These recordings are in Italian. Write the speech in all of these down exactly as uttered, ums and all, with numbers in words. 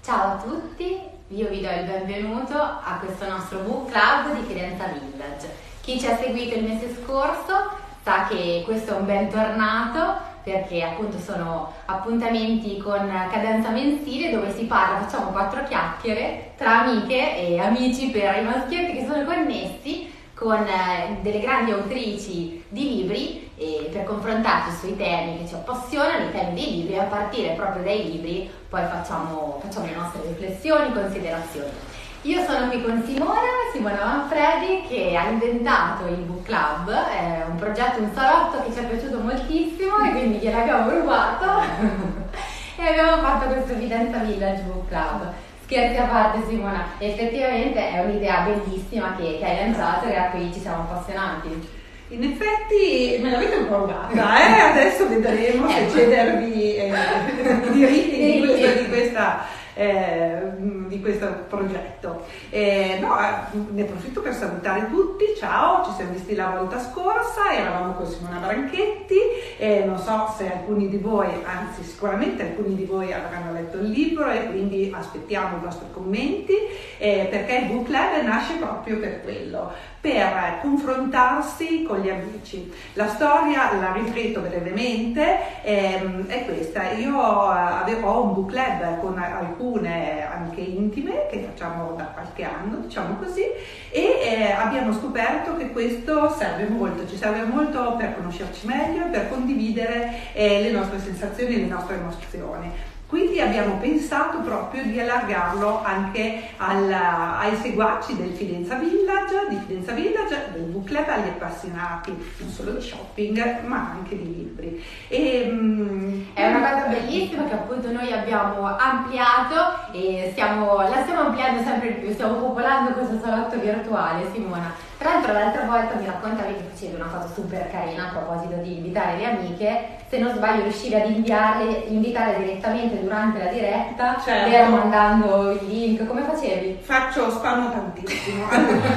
Ciao a tutti, io vi do il benvenuto a questo nostro book club di Fidenza Village. Chi ci ha seguito il mese scorso sa che questo è un bentornato perché appunto sono appuntamenti con cadenza mensile dove si parla, facciamo quattro chiacchiere tra amiche e amici per i maschietti che sono connessi con delle grandi autrici di libri e per confrontarci sui temi che ci appassionano, i temi dei libri, e a partire proprio dai libri poi facciamo, facciamo le nostre riflessioni, considerazioni. Io sono qui con Simona, Simona Manfredi, che ha inventato il book club, è un progetto, un salotto che ci è piaciuto moltissimo e quindi gliel'abbiamo rubato e abbiamo fatto questo Fidenza Village Book Club. Scherzi a parte, Simona, effettivamente è un'idea bellissima che, che hai lanciato e a cui ci siamo appassionati. In effetti me l'avete un po' rubata, eh? Adesso vedremo se cedervi eh, i diritti di questa, di, questa, eh, di questo progetto. Eh, no, ne approfitto per salutare tutti, ciao, ci siamo visti la volta scorsa, eravamo con Simona Branchetti, eh, non so se alcuni di voi, anzi sicuramente alcuni di voi avranno letto il libro e quindi aspettiamo i vostri commenti, eh, perché il book club nasce proprio per quello, per confrontarsi con gli amici. La storia, la ripeto brevemente, ehm, è questa. Io avevo un book club con alcune amiche intime che facciamo da qualche anno, diciamo così, e eh, abbiamo scoperto che questo serve molto, ci serve molto per conoscerci meglio e per condividere eh, le nostre sensazioni e le nostre emozioni. Quindi abbiamo pensato proprio di allargarlo anche alla, ai seguaci del Fidenza Village, di Fidenza Village, del book club, agli appassionati non solo di shopping ma anche di libri. E, um, è una cosa bellissima che appunto noi abbiamo ampliato e stiamo, la stiamo ampliando sempre di più, stiamo popolando questo salotto virtuale, Simona. Tra l'altro l'altra volta mi raccontavi che facevi una cosa super carina a proposito di invitare le amiche, se non sbaglio riuscivi ad inviarle, invitare direttamente durante la diretta, certo, per mandando il link, come facevi? Faccio, spammo tantissimo,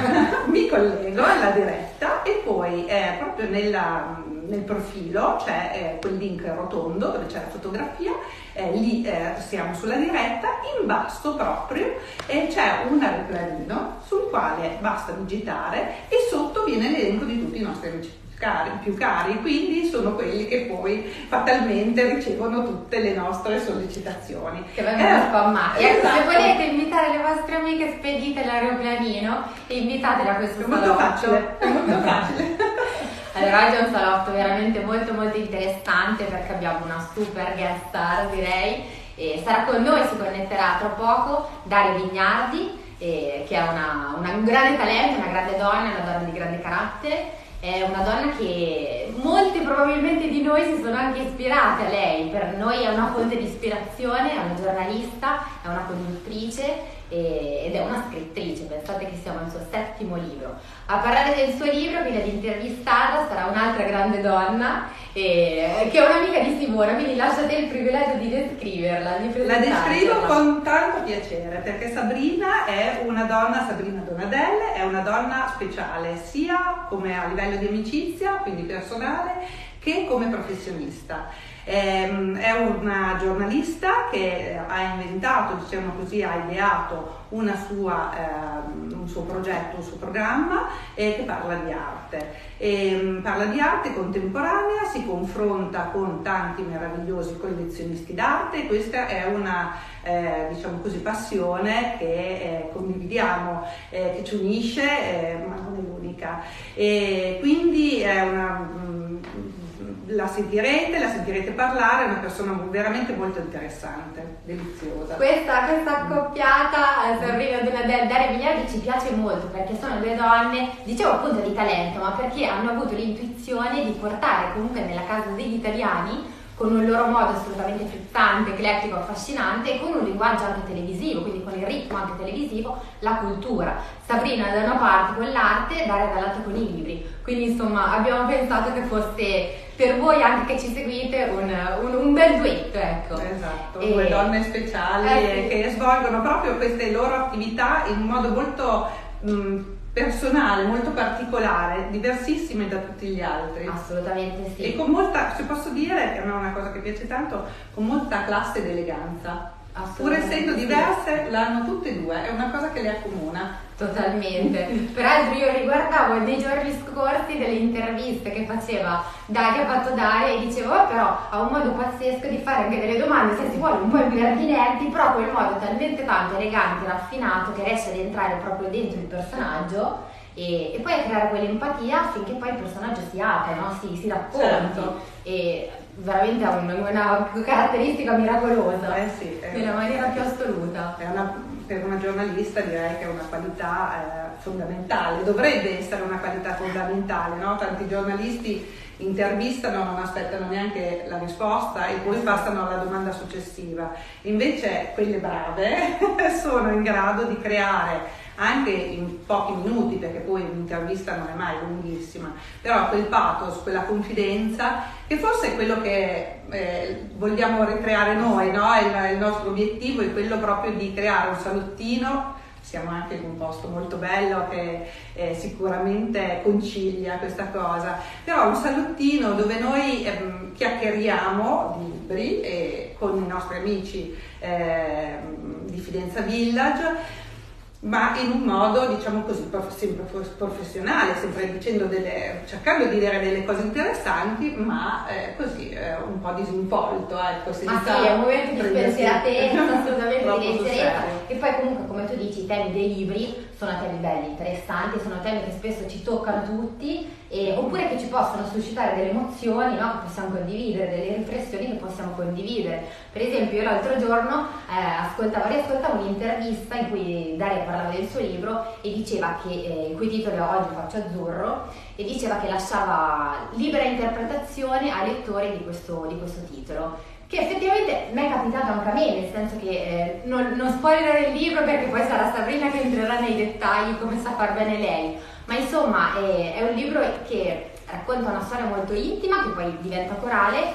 mi collego alla diretta e poi eh, proprio nella, nel profilo c'è eh, quel link rotondo dove c'è la fotografia, eh, lì eh, siamo sulla diretta, in basso proprio eh, c'è un replanino sul quale basta digitare e sotto viene l'elenco di tutti i nostri amici cari, più cari, quindi sono quelli che poi fatalmente ricevono tutte le nostre sollecitazioni. Che vengono eh, spammati. Ecco, esatto. Se volete invitare le vostre amiche, spedite l'aeroplanino e invitatele a questo è salotto. Molto facile, è molto facile. Allora, oggi è un salotto veramente molto molto interessante perché abbiamo una super guest star, direi, e sarà con noi, si connetterà tra poco, Daria Vignardi, eh, che è una, una, un grande talento, una grande donna, una donna di grande carattere. È una donna che molti probabilmente di noi si sono anche ispirate a lei, per noi è una fonte di ispirazione, è una giornalista, è una conduttrice ed è una scrittrice, pensate che siamo al suo settimo libro. A parlare del suo libro, quindi ad intervistarla, sarà un'altra grande donna e, che è un'amica di Simona, quindi lasciate il privilegio di descriverla, di La descrivo con tanto piacere perché Sabrina è una donna, Sabrina Donadelle, è una donna speciale sia come a livello di amicizia, quindi personale, che come professionista. È una giornalista che ha inventato, diciamo così, ha ideato una sua, eh, un suo progetto, un suo programma eh, che parla di arte. E, parla di arte contemporanea, si confronta con tanti meravigliosi collezionisti d'arte e questa è una eh, diciamo così, passione che eh, condividiamo, eh, che ci unisce, eh, ma non è l'unica. E quindi è una... La sentirete, la sentirete parlare, è una persona veramente molto interessante, deliziosa. Questa, questa accoppiata, eh, Sabrina Donadelle e Daria Vignardi, ci piace molto perché sono due donne, dicevo appunto di talento, ma perché hanno avuto l'intuizione di portare comunque nella casa degli italiani, con un loro modo assolutamente frizzante, eclettico, affascinante e con un linguaggio anche televisivo, quindi con il ritmo anche televisivo, la cultura. Sabrina da una parte con l'arte, Daria dall'altra con i libri. Quindi insomma abbiamo pensato che fosse per voi anche che ci seguite un, un, un bel duetto, ecco. Esatto, e... due donne speciali eh, sì. che svolgono proprio queste loro attività in modo molto mh, personale, molto particolare, diversissime da tutti gli altri. Assolutamente sì. E con molta, se posso dire, che a me è una cosa che piace tanto, con molta classe ed eleganza. Pur essendo diverse, l'hanno tutte e due, è una cosa che le accomuna. Totalmente. Peraltro io riguardavo nei giorni scorsi delle interviste che faceva Daria, che ha fatto Daria, e dicevo oh, però ha un modo pazzesco di fare anche delle domande, se si vuole un po' impertinenti, però quel modo talmente tanto elegante, raffinato, che riesce ad entrare proprio dentro il personaggio e, e poi a creare quell'empatia affinché poi il personaggio si apra, no? si, si racconti. Certo. E veramente ha un, una caratteristica miracolosa, eh sì, è nella maniera più assoluta. È una, per una giornalista direi che è una qualità eh, fondamentale, dovrebbe essere una qualità fondamentale, no? Tanti giornalisti intervistano, non aspettano neanche la risposta e poi passano alla domanda successiva. Invece quelle brave sono in grado di creare anche in pochi minuti, perché poi un'intervista non è mai lunghissima, però quel pathos, quella confidenza, che forse è quello che eh, vogliamo ricreare noi, no? il, il nostro obiettivo è quello proprio di creare un salottino. Siamo anche in un posto molto bello che eh, sicuramente concilia questa cosa, però un salottino dove noi ehm, chiacchieriamo di libri e con i nostri amici eh, di Fidenza Village, ma in un modo, diciamo così, prof- sempre professionale, sempre dicendo delle, cercando di dire delle cose interessanti, ma eh, così eh, un po' disinvolto, ecco. Ma sì, è un momento di spensieratezza, assolutamente di leggerezza. E poi comunque, come tu dici, i temi dei libri sono temi belli, interessanti, sono temi che spesso ci toccano tutti, e, oppure che ci possono suscitare delle emozioni, no? Che possiamo condividere, delle riflessioni che possiamo condividere. Per esempio io l'altro giorno eh, ascoltavo, riascoltavo un'intervista in cui Daria parlava del suo libro e diceva che, eh, il cui titolo è Oggi faccio azzurro, e diceva che lasciava libera interpretazione ai lettori di questo, di questo titolo, che effettivamente mi è capitato anche a me, nel senso che eh, non, non spoilerò il libro perché poi sarà Sabrina che entrerà nei dettagli come sa far bene lei, ma insomma è, è un libro che racconta una storia molto intima che poi diventa corale,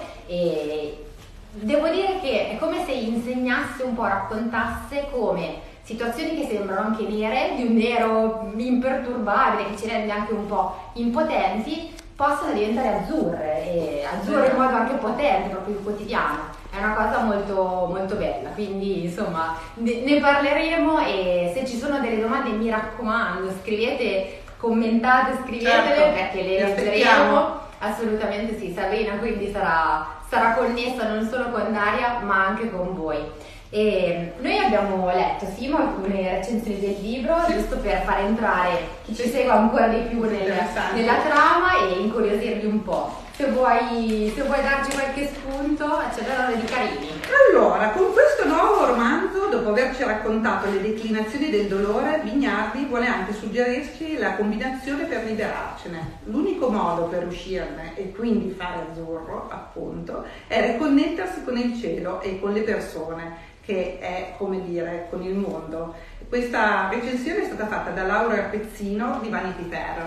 e devo dire che è come se insegnasse un po', raccontasse come situazioni che sembrano anche nere, di un nero imperturbabile che ci rende anche un po' impotenti, possono diventare azzurre, e azzurre in modo anche potente, proprio quotidiano. È una cosa molto, molto bella, quindi insomma ne parleremo, e se ci sono delle domande mi raccomando scrivete, commentate, scrivetele, certo, perché le leggeremo. Assolutamente sì, Sabrina quindi sarà, sarà connessa non solo con Daria ma anche con voi. E noi abbiamo letto, Simo, alcune recensioni del libro, sì, giusto per far entrare chi ci segue ancora di più nel, nella trama e incuriosirvi un po'. Se vuoi, se vuoi darci qualche spunto, accelerare di Carini. Allora, con questo nuovo romanzo, dopo averci raccontato le declinazioni del dolore, Vignardi vuole anche suggerirci la combinazione per liberarcene. L'unico modo per uscirne e quindi fare azzurro, appunto, è riconnettersi con il cielo e con le persone, che è, come dire, con il mondo. Questa recensione è stata fatta da Laura Pezzino di Vanity Fair.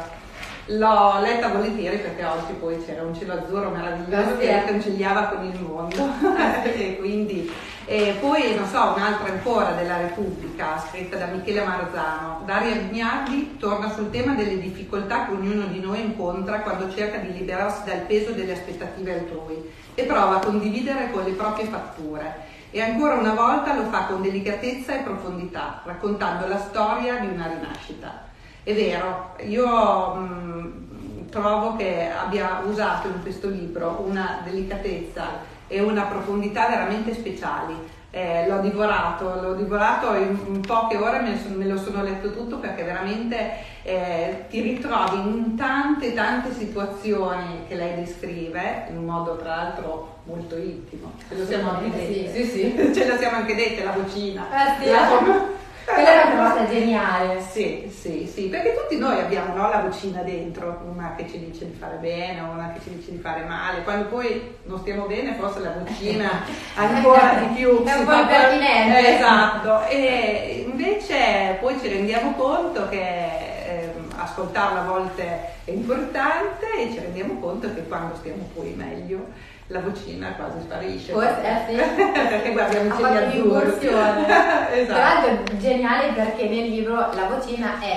L'ho letta volentieri perché oggi poi c'era un cielo azzurro meraviglioso che cancelliava con il mondo e quindi e poi non so, un'altra ancora della Repubblica scritta da Michele Marzano. Daria Vignardi torna sul tema delle difficoltà che ognuno di noi incontra quando cerca di liberarsi dal peso delle aspettative altrui e prova a condividere con le proprie fatture. E ancora una volta lo fa con delicatezza e profondità, raccontando la storia di una rinascita. È vero, io mh, trovo che abbia usato in questo libro una delicatezza e una profondità veramente speciali. Eh, l'ho divorato, l'ho divorato in, in poche ore, me, me lo sono letto tutto perché veramente eh, ti ritrovi in tante tante situazioni che lei descrive, in un modo tra l'altro molto intimo. Ce lo siamo anche dette, sì, sì, sì. Ce lo siamo anche dette, la vocina. Eh, sì, la... Quella è una cosa geniale. Sì, sì, sì, perché tutti noi abbiamo, no, la vocina dentro, una che ci dice di fare bene, una che ci dice di fare male. Quando poi non stiamo bene, forse la vocina ancora di più. È un po' impertinente. Eh, esatto, e invece poi ci rendiamo conto che eh, ascoltarla a volte è importante e ci rendiamo conto che quando stiamo poi meglio la vocina quasi sparisce. Forse, eh sì. Perché guardiamo i cieli azzurri. Esatto. Esatto. Tra l'altro è geniale perché nel libro la vocina è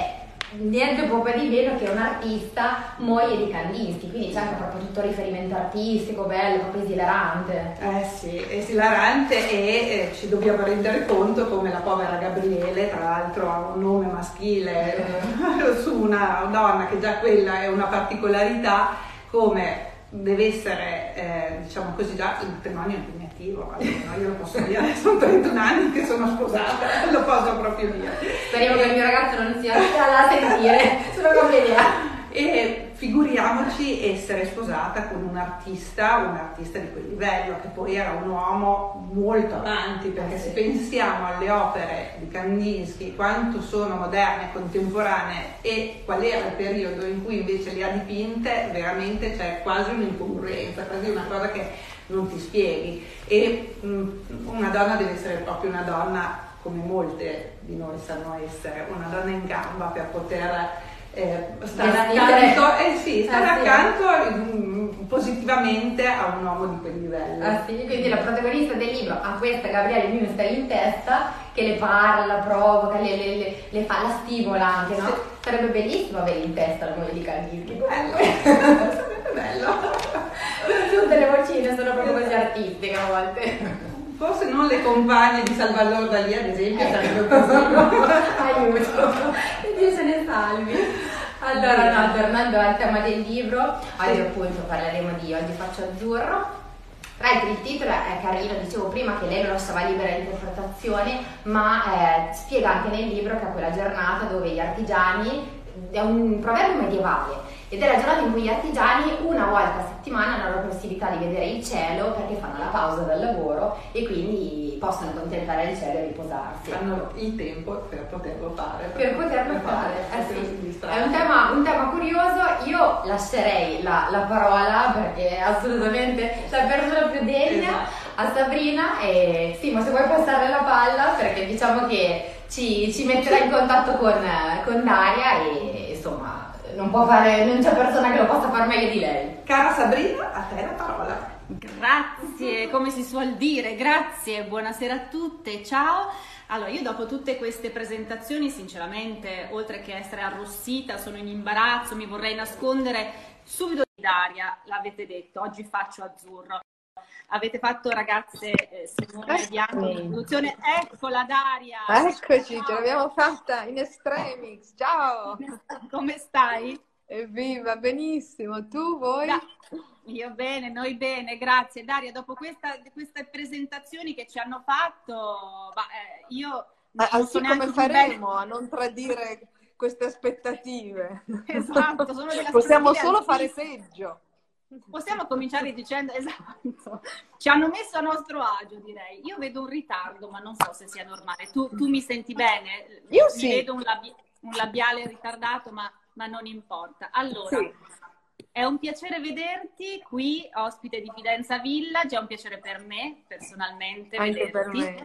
niente poco di meno che un'artista moglie di Kandinsky, quindi c'è anche proprio tutto riferimento artistico, bello, proprio esilarante. Eh sì, è esilarante, e eh, ci dobbiamo rendere conto come la povera Gabriele, tra l'altro ha un nome maschile eh, su una donna che già quella è una particolarità, come deve essere, eh, diciamo così, già il matrimonio impegnativo. Allora, io lo posso dire, sono trentuno anni che sono sposata, lo posso proprio dire. Speriamo che il mio ragazzo non sia là a sentire, sono come idea. E figuriamoci essere sposata con un artista, un artista di quel livello, che poi era un uomo molto avanti, perché se pensiamo alle opere di Kandinsky, quanto sono moderne, contemporanee, e qual era il periodo in cui invece le ha dipinte, veramente c'è quasi un'incongruenza, quasi una cosa che non ti spieghi. E mh, una donna deve essere proprio una donna, come molte di noi sanno essere, una donna in gamba per poter Eh, stare accanto, eh sì, stare ah, accanto sì. mh, positivamente a un uomo di quel livello. Ah, sì. Quindi la protagonista del libro ha questa Gabriele Münster in testa, che le parla, la provoca, le, le, le, le fa, la stimola anche, no? Sì. Sarebbe bellissimo avere in testa la moglie di Kandinsky. Bello, sarebbe bello. Tutte le vocine sono proprio così artistiche a volte. Forse non le compagne di Salvador Dalì, ad esempio, eh. sarebbe così. Aiuto, e Dio se ne salvi. Allora, no, tornando al tema del libro, oggi appunto parleremo di Oggi faccio azzurro. Tra l'altro il titolo è carino, dicevo prima che lei lo lasciava libera interpretazione, ma eh, spiega anche nel libro che è quella giornata dove gli artigiani, è un proverbio medievale, ed è la giornata in cui gli artigiani una volta a settimana hanno la possibilità di vedere il cielo, perché fanno la pausa dal lavoro e quindi possono contemplare il cielo e riposarsi. Hanno il tempo per poterlo fare. Per, per poterlo fare, fare. Eh sì. È un tema, un tema curioso. Io lascerei la, la parola, perché è assolutamente la persona più degna, esatto, a Sabrina. E sì, ma se vuoi passare la palla, perché diciamo che ci, ci metterà in contatto con, con Daria e insomma non può fare, non c'è persona che lo possa fare meglio di lei. Cara Sabrina, a te la parola. Grazie, come si suol dire, grazie, buonasera a tutte, ciao. Allora, io dopo tutte queste presentazioni, sinceramente, oltre che essere arrossita, sono in imbarazzo, mi vorrei nascondere subito di Daria, l'avete detto, oggi faccio azzurro. Avete fatto, ragazze, eh, Simone e Bianco, l'introduzione. Eccola Daria! Eccoci, ciao. Ce l'abbiamo fatta in extremis, ciao! Come stai? Evviva, benissimo, tu, voi? Da Io bene, noi bene, grazie. Daria, dopo questa, queste presentazioni che ci hanno fatto, bah, eh, io... Ah, sì, come faremo bene a non tradire queste aspettative? Esatto, sono delle possiamo solo altissime. fare peggio. Possiamo cominciare dicendo, esatto, ci hanno messo a nostro agio, direi. Io vedo un ritardo, ma non so se sia normale. Tu, tu mi senti bene? Io mi sì. Vedo un, labi un labiale ritardato, ma, ma non importa. Allora, sì. È un piacere vederti qui, ospite di Fidenza Village, è un piacere per me, personalmente, anche vederti. Per me.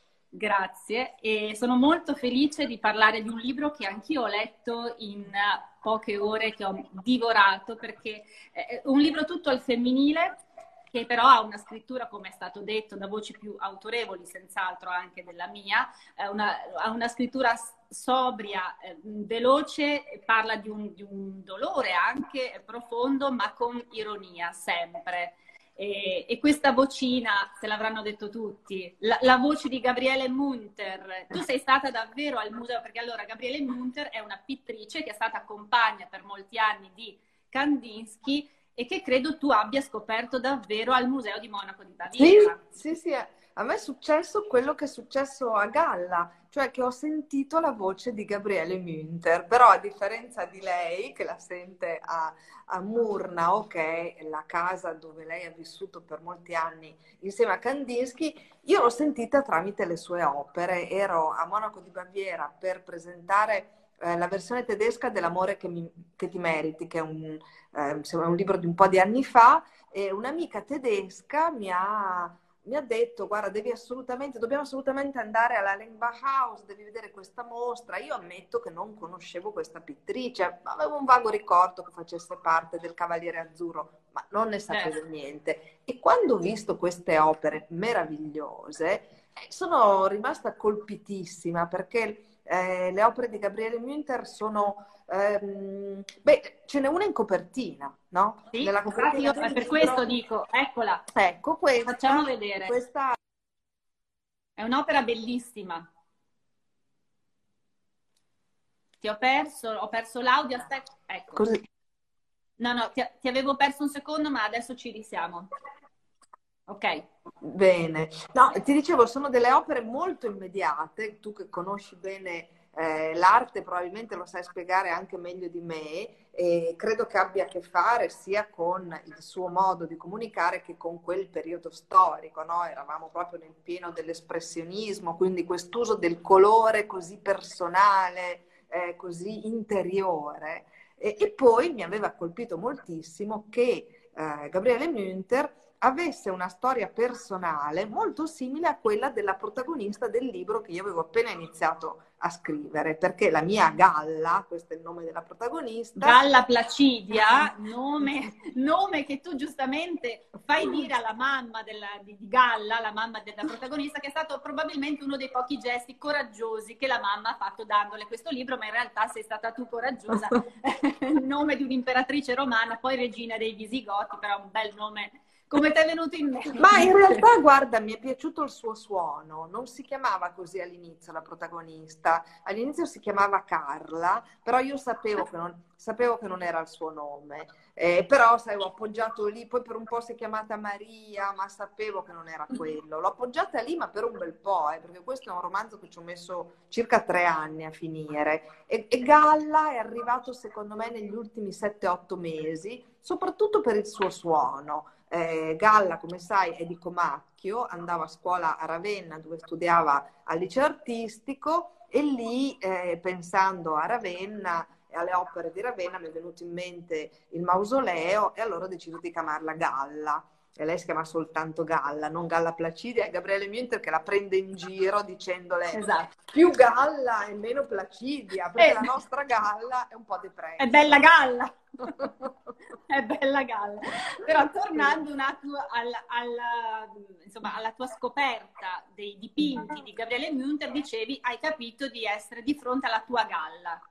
Grazie, e sono molto felice di parlare di un libro che anch'io ho letto in poche ore, che ho divorato, perché è un libro tutto al femminile, che però ha una scrittura, come è stato detto, da voci più autorevoli, senz'altro anche della mia, una, ha una scrittura sobria, eh, veloce, parla di un, di un dolore anche profondo, ma con ironia, sempre. E, e questa vocina, te l'avranno detto tutti, la, la voce di Gabriele Münter. Tu sei stata davvero al museo, perché allora Gabriele Münter è una pittrice che è stata compagna per molti anni di Kandinsky e che credo tu abbia scoperto davvero al Museo di Monaco di Baviera. Sì, sì, sì. A me è successo quello che è successo a Galla, cioè che ho sentito la voce di Gabriele Münter, però a differenza di lei, che la sente a, a Murnau, che è la casa dove lei ha vissuto per molti anni insieme a Kandinsky, io l'ho sentita tramite le sue opere. Ero a Monaco di Baviera per presentare eh, la versione tedesca dell'Amore che, mi, che ti meriti, che è un, eh, un libro di un po' di anni fa, e un'amica tedesca mi ha... mi ha detto, guarda, devi assolutamente, dobbiamo assolutamente andare alla Lengbach-Haus, devi vedere questa mostra. Io ammetto che non conoscevo questa pittrice, avevo un vago ricordo che facesse parte del Cavaliere Azzurro, ma non ne sapevo eh. niente. E quando ho visto queste opere meravigliose, sono rimasta colpitissima, perché eh, le opere di Gabriele Münter sono... ehm, beh, ce n'è una in copertina, no? Sì, Nella infatti io copertina del per libro. questo dico, eccola, Ecco, questa, facciamo vedere. questa... È un'opera bellissima. Ti ho perso, ho perso l'audio, aspetta, ecco. Così. No, no, ti, ti avevo perso un secondo, ma adesso ci risiamo. Ok. Bene. No, ti dicevo, sono delle opere molto immediate, tu che conosci bene eh, l'arte probabilmente lo sai spiegare anche meglio di me, e credo che abbia a che fare sia con il suo modo di comunicare che con quel periodo storico, no? Eravamo proprio nel pieno dell'espressionismo, quindi quest'uso del colore così personale, eh, così interiore. E, e poi mi aveva colpito moltissimo che eh, Gabriele Münter avesse una storia personale molto simile a quella della protagonista del libro che io avevo appena iniziato a scrivere, perché la mia Galla, questo è il nome della protagonista. Galla Placidia, nome, nome che tu giustamente fai dire alla mamma della, di, di Galla, la mamma della protagonista, che è stato probabilmente uno dei pochi gesti coraggiosi che la mamma ha fatto dandole questo libro, ma in realtà sei stata tu coraggiosa, il nome di un'imperatrice romana, poi regina dei Visigoti, però un bel nome. Come ti è venuto in mente? Ma in realtà, guarda, mi è piaciuto il suo suono. Non si chiamava così all'inizio la protagonista. All'inizio si chiamava Carla, però io sapevo che non, sapevo che non era il suo nome. Eh, però, sai, ho appoggiato lì, poi per un po' si è chiamata Maria, ma sapevo che non era quello. L'ho appoggiata lì, ma per un bel po', eh, perché questo è un romanzo che ci ho messo circa tre anni a finire. E, e Galla è arrivato, secondo me, negli ultimi sette otto mesi, soprattutto per il suo suono. Eh, Galla, come sai, è di Comacchio, andava a scuola a Ravenna dove studiava al liceo artistico e lì, eh, pensando a Ravenna e alle opere di Ravenna, mi è venuto in mente il mausoleo e allora ho deciso di chiamarla Galla. E lei si chiama soltanto Galla, non Galla Placidia, è Gabriele Münter che la prende in giro dicendole esatto. Più Galla e meno Placidia, perché eh, la nostra Galla è un po' depressa. È bella Galla! È bella Galla. Però tornando un attimo alla, alla, insomma, alla tua scoperta dei dipinti di Gabriele Münter, dicevi, hai capito di essere di fronte alla tua Galla.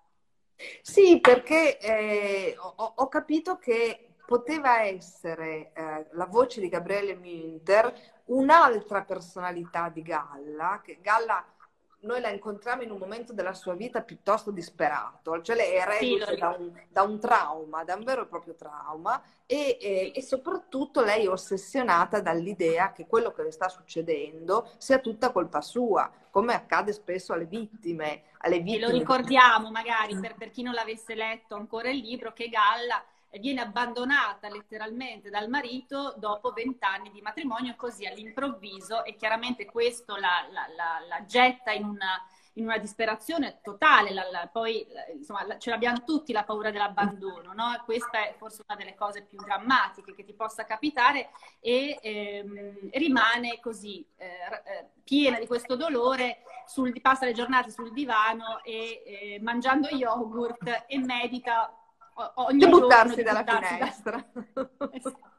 Sì, perché eh, ho, ho capito che poteva essere eh, la voce di Gabriele Münter un'altra personalità di Galla, che Galla noi la incontriamo in un momento della sua vita piuttosto disperato, cioè lei è reduce sì, da, un, da un trauma, da un vero e proprio trauma e, e, e soprattutto lei è ossessionata dall'idea che quello che le sta succedendo sia tutta colpa sua, come accade spesso alle vittime. Alle vittime. E lo ricordiamo magari per, per chi non l'avesse letto ancora il libro, che Galla viene abbandonata letteralmente dal marito dopo vent'anni di matrimonio, così all'improvviso, e chiaramente questo la, la, la, la getta in una, in una disperazione totale. La, la, poi insomma la, ce l'abbiamo tutti la paura dell'abbandono, no? Questa è forse una delle cose più drammatiche che ti possa capitare e ehm, rimane così eh, piena di questo dolore, sul, passa le giornate sul divano e eh, mangiando yogurt e medita ogni di giorno buttarsi di dalla buttarsi finestra. Da...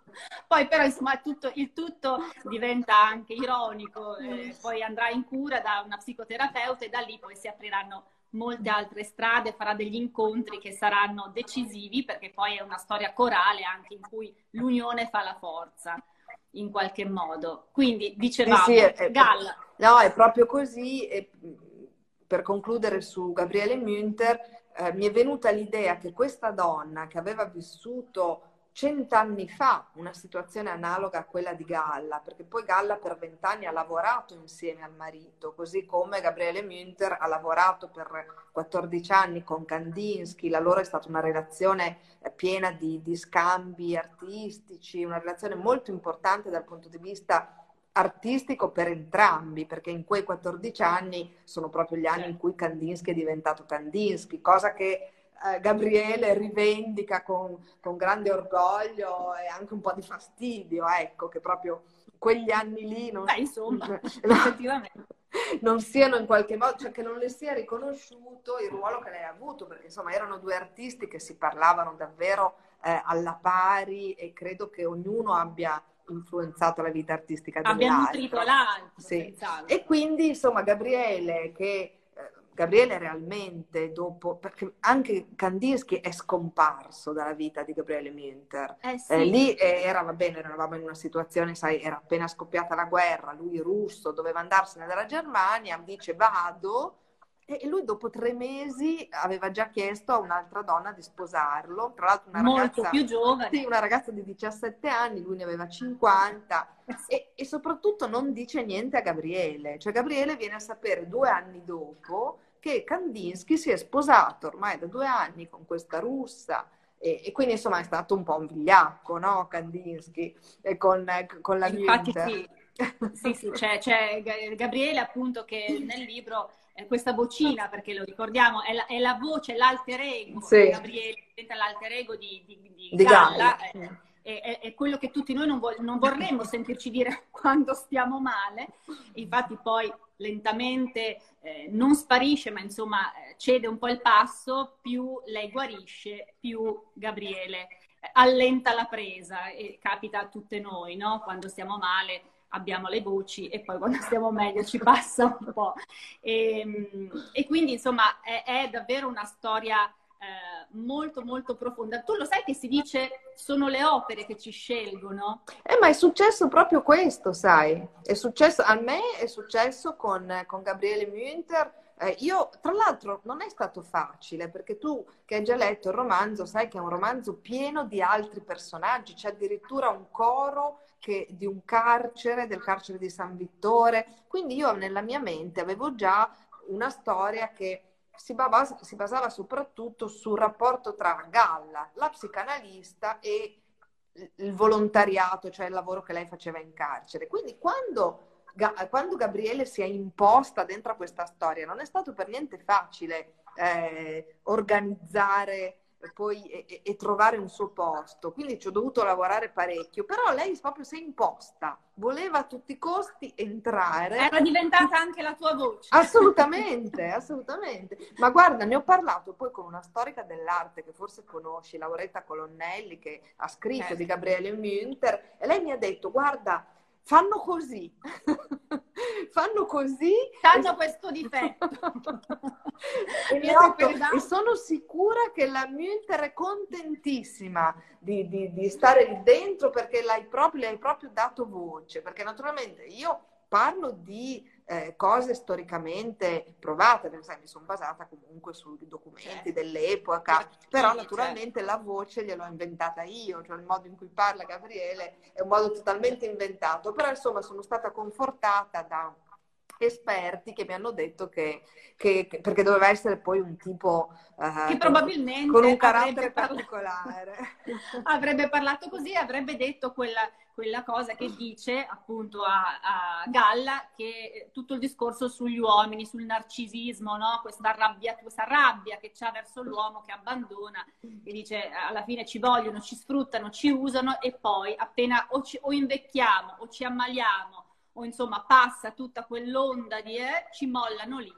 Poi però insomma tutto, il tutto diventa anche ironico, eh, poi andrà in cura da una psicoterapeuta e da lì poi si apriranno molte altre strade, farà degli incontri che saranno decisivi, perché poi è una storia corale anche in cui l'unione fa la forza in qualche modo. Quindi dicevamo, sì, sì, è, Galla. No, è proprio così. E per concludere su Gabriele Münter, Eh, mi è venuta l'idea che questa donna che aveva vissuto cent'anni fa una situazione analoga a quella di Galla, perché poi Galla per vent'anni ha lavorato insieme al marito, così come Gabriele Münter ha lavorato per quattordici anni con Kandinsky, la loro è stata una relazione piena di, di scambi artistici, una relazione molto importante dal punto di vista artistico per entrambi, perché in quei quattordici anni sono proprio gli anni in cui Kandinsky è diventato Kandinsky, cosa che eh, Gabriele rivendica con, con grande orgoglio e anche un po' di fastidio, ecco, che proprio quegli anni lì non, Beh, insomma, effettivamente. non siano in qualche modo, cioè che non le sia riconosciuto il ruolo che lei ha avuto, perché insomma erano due artisti che si parlavano davvero eh, alla pari e credo che ognuno abbia influenzato la vita artistica dell'altro. Abbia nutrito l'altro, sì. E quindi insomma Gabriele che eh, Gabriele realmente dopo, perché anche Kandinsky è scomparso dalla vita di Gabriele Münter. Eh sì. Eh, lì eh, era, va bene, eravamo in una situazione, sai, era appena scoppiata la guerra, lui russo, doveva andarsene dalla Germania, dice vado, e lui dopo tre mesi aveva già chiesto a un'altra donna di sposarlo, tra l'altro una Molto ragazza, più giovane. sì, una ragazza di diciassette anni, lui ne aveva cinquanta. E, e soprattutto non dice niente a Gabriele, cioè Gabriele viene a sapere due anni dopo che Kandinsky si è sposato ormai da due anni con questa russa e, e quindi insomma è stato un po' un vigliacco, no? Kandinsky e con, con la Infatti Münter. sì, sì, sì, c'è, c'è Gabriele appunto che nel libro è questa vocina, perché lo ricordiamo, è la, è la voce, l'alter ego, Sì. Gabriele diventa l'alter ego di, di, di, Di Galla, Galla. è, è, è quello che tutti noi non, vo- non vorremmo sentirci dire quando stiamo male, infatti poi lentamente eh, non sparisce, ma insomma eh, cede un po' il passo, più lei guarisce, più Gabriele eh, allenta la presa, e capita a tutte noi, no? Quando stiamo male abbiamo le voci e poi quando stiamo meglio ci passa un po'. E, e quindi insomma è, è davvero una storia eh, molto molto profonda. Tu lo sai che si dice sono le opere che ci scelgono? Eh, ma è successo proprio questo, sai? È successo a me, è successo con, con Gabriele Münter. Eh, io, tra l'altro, non è stato facile, perché tu che hai già letto il romanzo, sai che è un romanzo pieno di altri personaggi, c'è addirittura un coro che, di un carcere, del carcere di San Vittore. Quindi io nella mia mente avevo già una storia che si basava, si basava soprattutto sul rapporto tra Galla, la psicanalista, e il volontariato, cioè il lavoro che lei faceva in carcere. Quindi quando, quando Gabriele si è imposta dentro a questa storia non è stato per niente facile eh, organizzare poi e, e trovare un suo posto, quindi ci ho dovuto lavorare parecchio, però lei proprio si è imposta, voleva a tutti i costi entrare. Era diventata anche la tua voce. Assolutamente, assolutamente. Ma guarda, ne ho parlato poi con una storica dell'arte che forse conosci, Lauretta Colonnelli, che ha scritto Eh. di Gabriele Münter, e lei mi ha detto, guarda, fanno così, fanno così. Hanno questo difetto. E, mi ha detto, e sono sicura che la Münter è contentissima di, di, di stare lì dentro, perché l'hai proprio, le hai proprio dato voce, perché naturalmente io parlo di eh, cose storicamente provate, perché sai, mi sono basata comunque sui documenti certo. dell'epoca, però naturalmente certo. la voce gliel'ho inventata io, cioè il modo in cui parla Gabriele è un modo totalmente inventato, però insomma sono stata confortata da esperti che mi hanno detto che, che, che perché doveva essere poi un tipo uh, che probabilmente con un carattere parla- particolare avrebbe parlato così, avrebbe detto quella, quella cosa che dice appunto a, a Galla, che tutto il discorso sugli uomini, sul narcisismo, no? questa, rabbia, questa rabbia che c'ha verso l'uomo che abbandona, che dice alla fine ci vogliono, ci sfruttano, ci usano, e poi appena o, ci, o invecchiamo o ci ammaliamo o insomma passa tutta quell'onda di eh, ci mollano lì,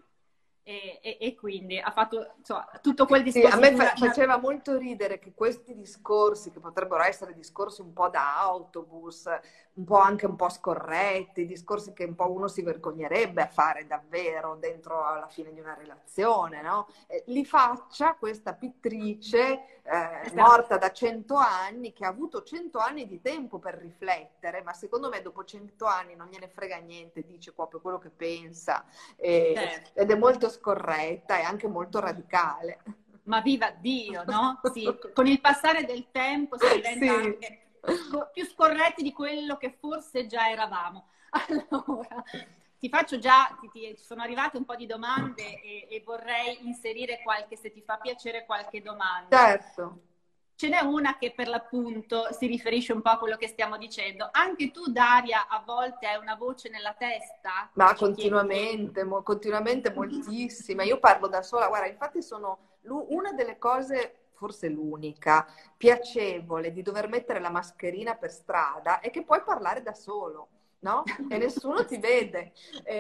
e, e, e quindi ha fatto insomma, tutto quel discorso. Sì, a me fa- faceva molto ridere che questi discorsi, che potrebbero essere discorsi un po' da autobus, un po' anche un po' scorretti, discorsi che un po' uno si vergognerebbe a fare davvero dentro alla fine di una relazione, no? Eh, li faccia questa pittrice eh, esatto. morta da cento anni, che ha avuto cento anni di tempo per riflettere, ma secondo me dopo cento anni non gliene frega niente, dice proprio quello che pensa, eh, certo. ed è molto scorretta e anche molto radicale. Ma viva Dio, no? Sì, con il passare del tempo si diventa sì. anche più scorretti di quello che forse già eravamo. Allora, ti faccio già, ti, ti, ci sono arrivate un po' di domande e, e vorrei inserire qualche, se ti fa piacere, qualche domanda. Certo. Ce n'è una che per l'appunto si riferisce un po' a quello che stiamo dicendo. Anche tu, Daria, a volte hai una voce nella testa? Ma continuamente, mo, continuamente moltissima. Io parlo da sola, guarda, infatti sono una delle cose, forse l'unica, piacevole di dover mettere la mascherina per strada, è che puoi parlare da solo. No? E nessuno ti vede.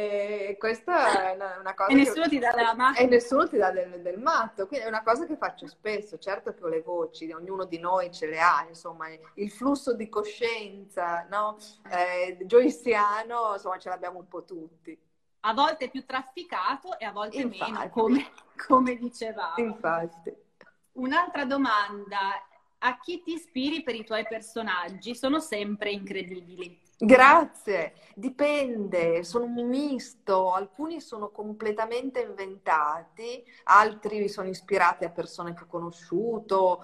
E questa è una, una cosa. E nessuno che... ti dà della matto. E nessuno ti dà del, del matto. Quindi è una cosa che faccio spesso. Certo che ho le voci, ognuno di noi ce le ha, insomma, il flusso di coscienza, no? Eh, joyciano, insomma, ce l'abbiamo un po' tutti. a volte più trafficato e a volte Infatti. meno, come, come dicevamo. Infatti. Un'altra domanda, a chi ti ispiri per i tuoi personaggi? Sono sempre incredibili. Grazie, dipende, sono un misto, alcuni sono completamente inventati, altri sono ispirati a persone che ho conosciuto,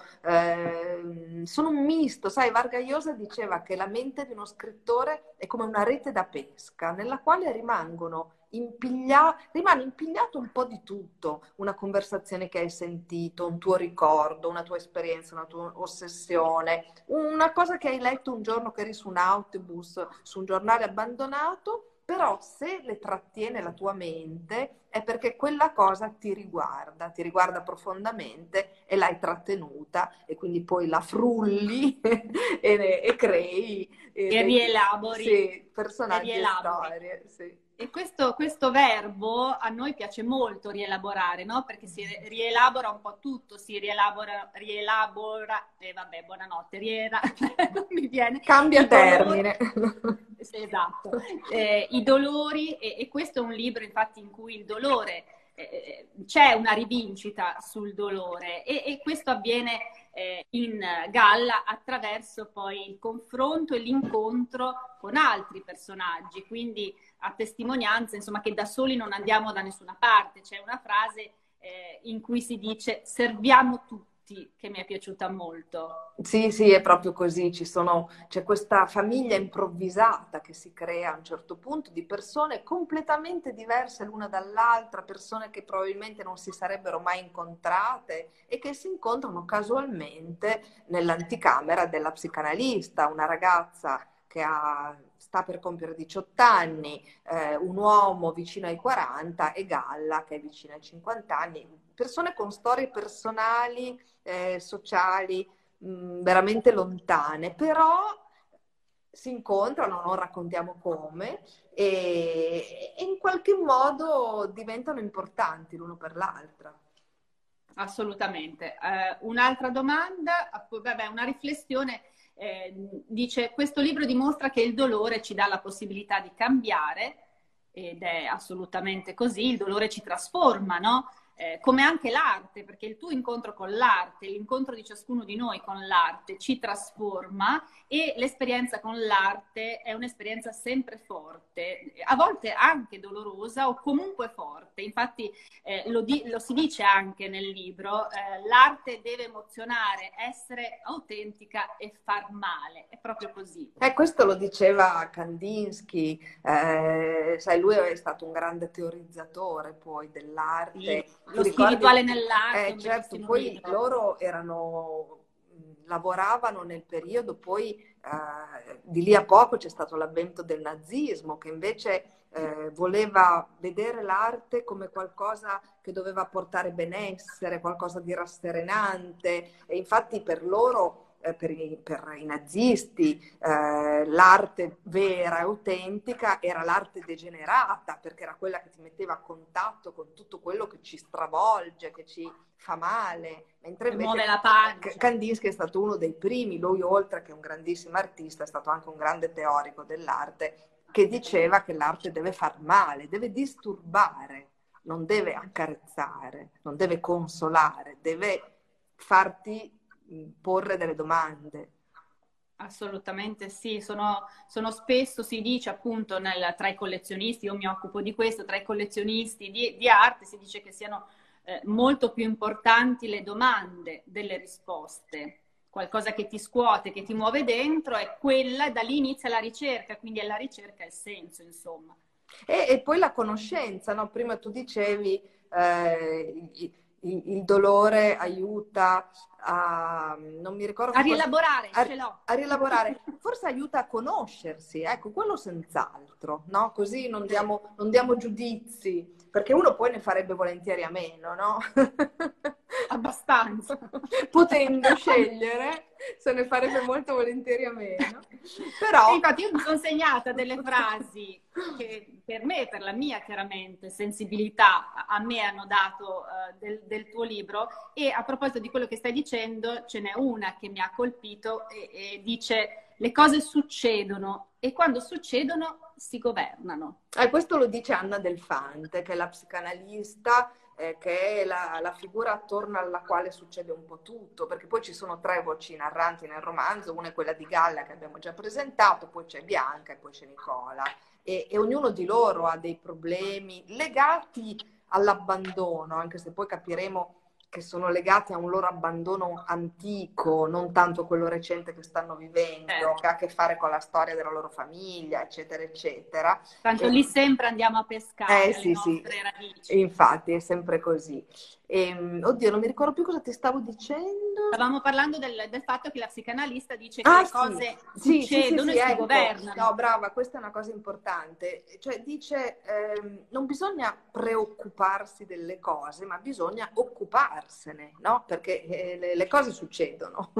eh, sono un misto, sai, Vargas Llosa diceva che la mente di uno scrittore è come una rete da pesca nella quale rimangono impiglia- rimane impigliato un po' di tutto, una conversazione che hai sentito, un tuo ricordo, una tua esperienza, una tua ossessione, una cosa che hai letto un giorno che eri su un autobus, su un giornale abbandonato, però se le trattiene la tua mente è perché quella cosa ti riguarda, ti riguarda profondamente e l'hai trattenuta e quindi poi la frulli e, e crei E dei- rielabori. sì, personaggi E e rielabori. storie. Sì. E questo, questo verbo a noi piace molto rielaborare, no? Perché si rielabora un po' tutto, si rielabora, rielabora, e eh, vabbè, buonanotte, riela, non mi viene. Cambia I dolori- termine. Sì, esatto, eh, i dolori, e, e questo è un libro infatti in cui il dolore, eh, c'è una rivincita sul dolore e, e questo avviene eh, in galla attraverso poi il confronto e l'incontro con altri personaggi, quindi a testimonianza, insomma, che da soli non andiamo da nessuna parte. C'è una frase eh, in cui si dice serviamo tutti, che mi è piaciuta molto. Sì, sì, è proprio così. Ci sono, c'è questa famiglia improvvisata che si crea a un certo punto di persone completamente diverse l'una dall'altra, persone che probabilmente non si sarebbero mai incontrate e che si incontrano casualmente nell'anticamera della psicanalista, una ragazza che ha, sta per compiere diciotto anni, eh, un uomo vicino ai quaranta e Galla che è vicino ai cinquanta anni, persone con storie personali, eh, sociali, mh, veramente lontane, però si incontrano, non raccontiamo come, e, e in qualche modo diventano importanti l'uno per l'altra. Assolutamente. Eh, un'altra domanda, vabbè, una riflessione. Eh, dice, questo libro dimostra che il dolore ci dà la possibilità di cambiare ed è assolutamente così, il dolore ci trasforma, no? Eh, come anche l'arte, perché il tuo incontro con l'arte, l'incontro di ciascuno di noi con l'arte ci trasforma e l'esperienza con l'arte è un'esperienza sempre forte, a volte anche dolorosa o comunque forte. Infatti eh, lo, di- lo si dice anche nel libro, eh, l'arte deve emozionare, essere autentica e far male, è proprio così. Eh, questo lo diceva Kandinsky, eh, sai, lui è stato un grande teorizzatore poi dell'arte. Sì, Ti lo ricordi? spirituale nell'arte, Eh, un certo, bellissimo poi libro. loro erano, mh, lavoravano nel periodo, poi eh, di lì a poco c'è stato l'avvento del nazismo, che invece eh, voleva vedere l'arte come qualcosa che doveva portare benessere, qualcosa di rasserenante, e infatti per loro, eh, per, i, per i nazisti, eh, l'arte vera e autentica era l'arte degenerata, perché era quella che ti metteva a contatto con tutto quello che ci stravolge, che ci fa male, mentre Che invece muove la pancia. Kandinsky è stato uno dei primi, lui oltre che un grandissimo artista è stato anche un grande teorico dell'arte, che diceva che l'arte deve far male, deve disturbare, non deve accarezzare, non deve consolare, deve farti porre delle domande. Assolutamente sì, sono, sono spesso, si dice appunto nel, tra i collezionisti, io mi occupo di questo, tra i collezionisti di, di arte si dice che siano eh, molto più importanti le domande delle risposte. Qualcosa che ti scuote, che ti muove dentro, è quella, da lì inizia la ricerca, quindi è la ricerca il senso, insomma. E, e poi la conoscenza, no? Prima tu dicevi eh, il, il dolore aiuta a, non mi ricordo, a rielaborare, a, ce l'ho. A rielaborare, forse aiuta a conoscersi, ecco, quello senz'altro, no? Così non diamo, non diamo giudizi, perché uno poi ne farebbe volentieri a meno, no? Abbastanza. Potendo scegliere, se ne farebbe molto volentieri a meno. Però... Infatti io mi sono segnata delle frasi che per me, per la mia chiaramente sensibilità, a me hanno dato uh, del, del tuo libro. E a proposito di quello che stai dicendo, ce n'è una che mi ha colpito e, e dice: le cose succedono e quando succedono si governano. Eh, questo lo dice Anna Delfante, che è la psicanalista, eh, che è la, la figura attorno alla quale succede un po' tutto, perché poi ci sono tre voci narranti nel romanzo, una è quella di Galla che abbiamo già presentato, poi c'è Bianca e poi c'è Nicola, e, e ognuno di loro ha dei problemi legati all'abbandono, anche se poi capiremo che sono legati a un loro abbandono antico, non tanto quello recente che stanno vivendo, Eh. che ha a che fare con la storia della loro famiglia, eccetera, eccetera. Tanto E... lì sempre andiamo a pescare eh, alle sì, nostre sì. radici. Infatti, è sempre così. E, oddio, non mi ricordo più cosa ti stavo dicendo. Stavamo parlando del, del fatto che la psicanalista dice che Ah, le sì. cose Sì, succedono sì, sì, sì, e si ecco. governano. No, brava, questa è una cosa importante. Cioè dice, ehm, non bisogna preoccuparsi delle cose, ma bisogna occuparsene, no? Perché eh, le, le cose succedono.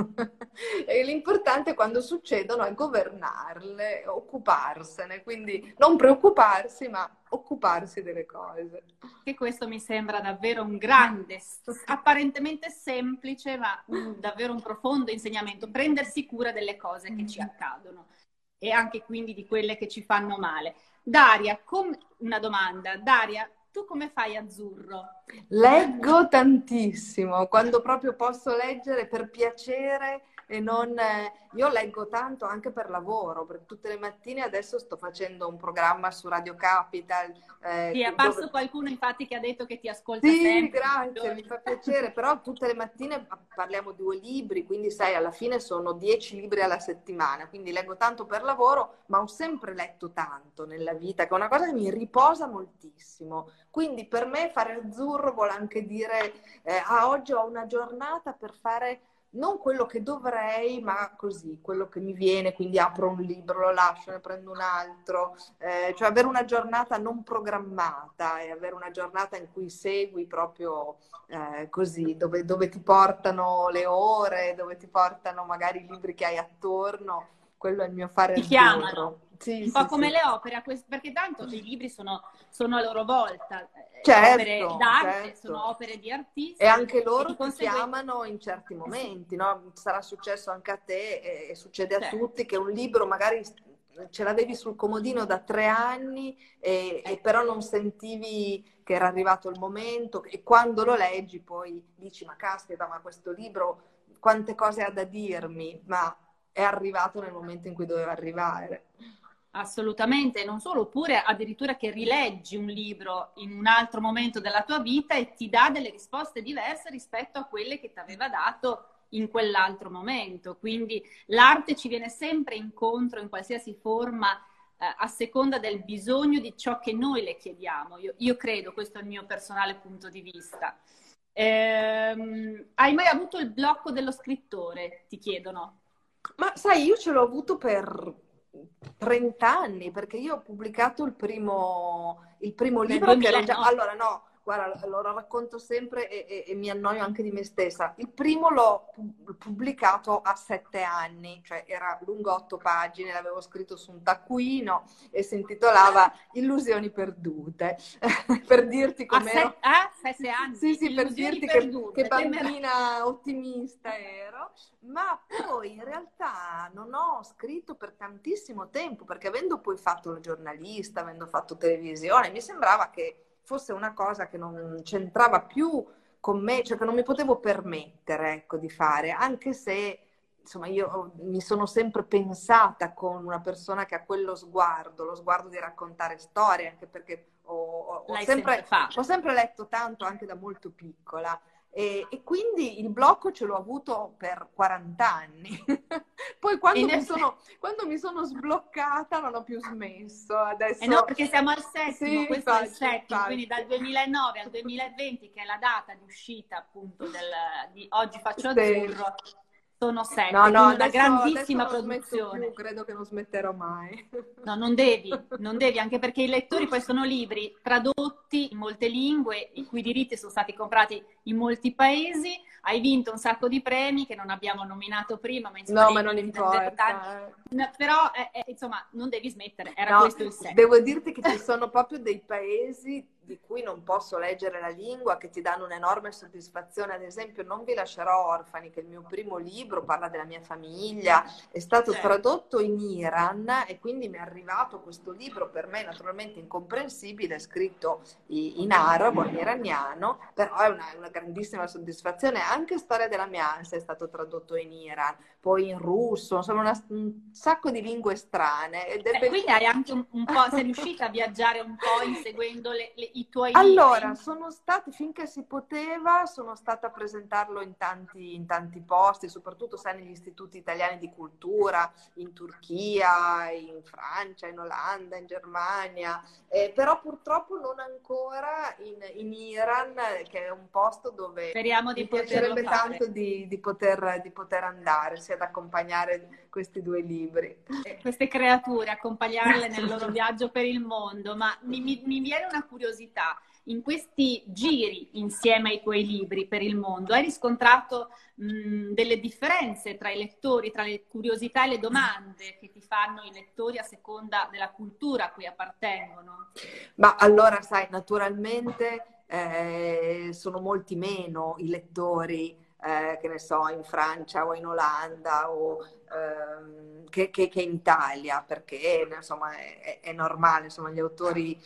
E l'importante quando succedono è governarle, occuparsene. Quindi non preoccuparsi, ma occuparsi delle cose. Che questo mi sembra davvero un grande, apparentemente semplice, ma mh, davvero un profondo insegnamento. Prendersi cura delle cose che ci accadono e anche quindi di quelle che ci fanno male. Daria, com- una domanda. Daria, tu come fai Azzurro? Leggo tantissimo, quando proprio posso leggere per piacere e non... Io leggo tanto anche per lavoro, perché tutte le mattine adesso sto facendo un programma su Radio Capital. Eh, Sì, è apparso dove... qualcuno infatti che ha detto che ti ascolta sì, sempre. grazie, mi fa piacere, però tutte le mattine parliamo di due libri, quindi sai, alla fine sono dieci libri alla settimana, quindi leggo tanto per lavoro, ma ho sempre letto tanto nella vita, che è una cosa che mi riposa moltissimo. Quindi per me fare Azzurro vuole anche dire, eh, ah, oggi ho una giornata per fare non quello che dovrei, ma così, quello che mi viene, quindi apro un libro, lo lascio, ne prendo un altro, eh, cioè avere una giornata non programmata e avere una giornata in cui segui proprio eh, così, dove, dove ti portano le ore, dove ti portano magari i libri che hai attorno, quello è il mio fare Ti Azzurro. chiamano. Sì, un po' sì, come sì. le opere, perché tanto i libri sono, sono a loro volta Certo, opere d'arte, certo. sono opere di artisti. E anche loro e di ti conseguenza... chiamano in certi momenti, no? Sarà successo anche a te e, e succede a certo. tutti che un libro magari ce l'avevi sul comodino da tre anni e, e però non sentivi che era arrivato il momento e quando lo leggi poi dici ma caspita, ma questo libro quante cose ha da dirmi, ma è arrivato nel momento in cui doveva arrivare. Assolutamente, non solo, oppure addirittura che rileggi un libro in un altro momento della tua vita e ti dà delle risposte diverse rispetto a quelle che ti aveva dato in quell'altro momento. Quindi l'arte ci viene sempre incontro in qualsiasi forma eh, a seconda del bisogno di ciò che noi le chiediamo. Io, io credo, questo è il mio personale punto di vista. Ehm, hai mai avuto il blocco dello scrittore? Ti chiedono. Ma sai, io ce l'ho avuto per trenta anni, perché io ho pubblicato il primo, il primo libro che era già... Allora no, guarda, lo racconto sempre e, e, e mi annoio anche di me stessa. Il primo l'ho pubblicato a sette anni, cioè era lungo otto pagine, l'avevo scritto su un taccuino e si intitolava Illusioni perdute. Per dirti com'ero... Ah, sette anni? Sì, sì, per dirti che, che bambina ottimista ero. Ma poi in realtà non ho scritto per tantissimo tempo, perché avendo poi fatto il giornalista, avendo fatto televisione, mi sembrava che fosse una cosa che non c'entrava più con me, cioè che non mi potevo permettere, ecco, di fare, anche se insomma io mi sono sempre pensata con una persona che ha quello sguardo, lo sguardo di raccontare storie, anche perché ho, ho, sempre, sempre ho sempre letto tanto anche da molto piccola. E, e quindi il blocco ce l'ho avuto per quaranta anni. Poi quando mi, sono, quando mi sono sbloccata non ho più smesso. Adesso... Eh no, perché siamo al settimo, sì, questo infatti, è il settimo, infatti. quindi dal duemilanove al duemilaventi, che è la data di uscita appunto del, di Oggi faccio Azzurro, sì. sono sette, No, no, quindi una adesso, grandissima adesso non smetto produzione. più, credo che non smetterò mai. No, non devi, non devi, anche perché i lettori poi sono libri tradotti in molte lingue, i cui diritti sono stati comprati in molti paesi. Hai vinto un sacco di premi che non abbiamo nominato prima, ma insomma No, dei ma non vinti davvero tanti. importa. No, però eh, eh, insomma non devi smettere, era No, questo il senso. devo dirti che ci sono proprio dei paesi di cui non posso leggere la lingua che ti danno un'enorme soddisfazione. Ad esempio, Non vi lascerò orfani, che è il mio primo libro, parla della mia famiglia, è stato Certo. tradotto in Iran e quindi mi è arrivato questo libro, per me naturalmente incomprensibile, scritto in arabo, in iraniano, però è una, una grandissima soddisfazione. Anche Storia della mia ansia è stato tradotto in Iran, poi in russo, insomma una, un sacco di lingue strane. Ed è Eh, be- quindi hai anche un, un po', sei riuscita a viaggiare un po' inseguendo le, le, i tuoi Allora, libri? sono stati, finché si poteva, sono stata a presentarlo in tanti, in tanti posti, soprattutto sai, negli istituti italiani di cultura, in Turchia, in Francia, in Olanda, in Germania, eh, però purtroppo non ancora in, in Iran, che è un posto dove Speriamo di mi poterlo piacerebbe fare. tanto di, di poter, di poter andare, sia ad accompagnare questi due libri. Queste creature, accompagnarle nel loro viaggio per il mondo, ma mi, mi, mi viene una curiosità. In questi giri insieme ai tuoi libri per il mondo, hai riscontrato mh, delle differenze tra i lettori, tra le curiosità e le domande che ti fanno i lettori a seconda della cultura a cui appartengono? Ma allora, sai, naturalmente eh, sono molti meno i lettori, eh, che ne so, in Francia o in Olanda o, ehm, che, che- che in Italia, perché insomma è, è normale, insomma, gli autori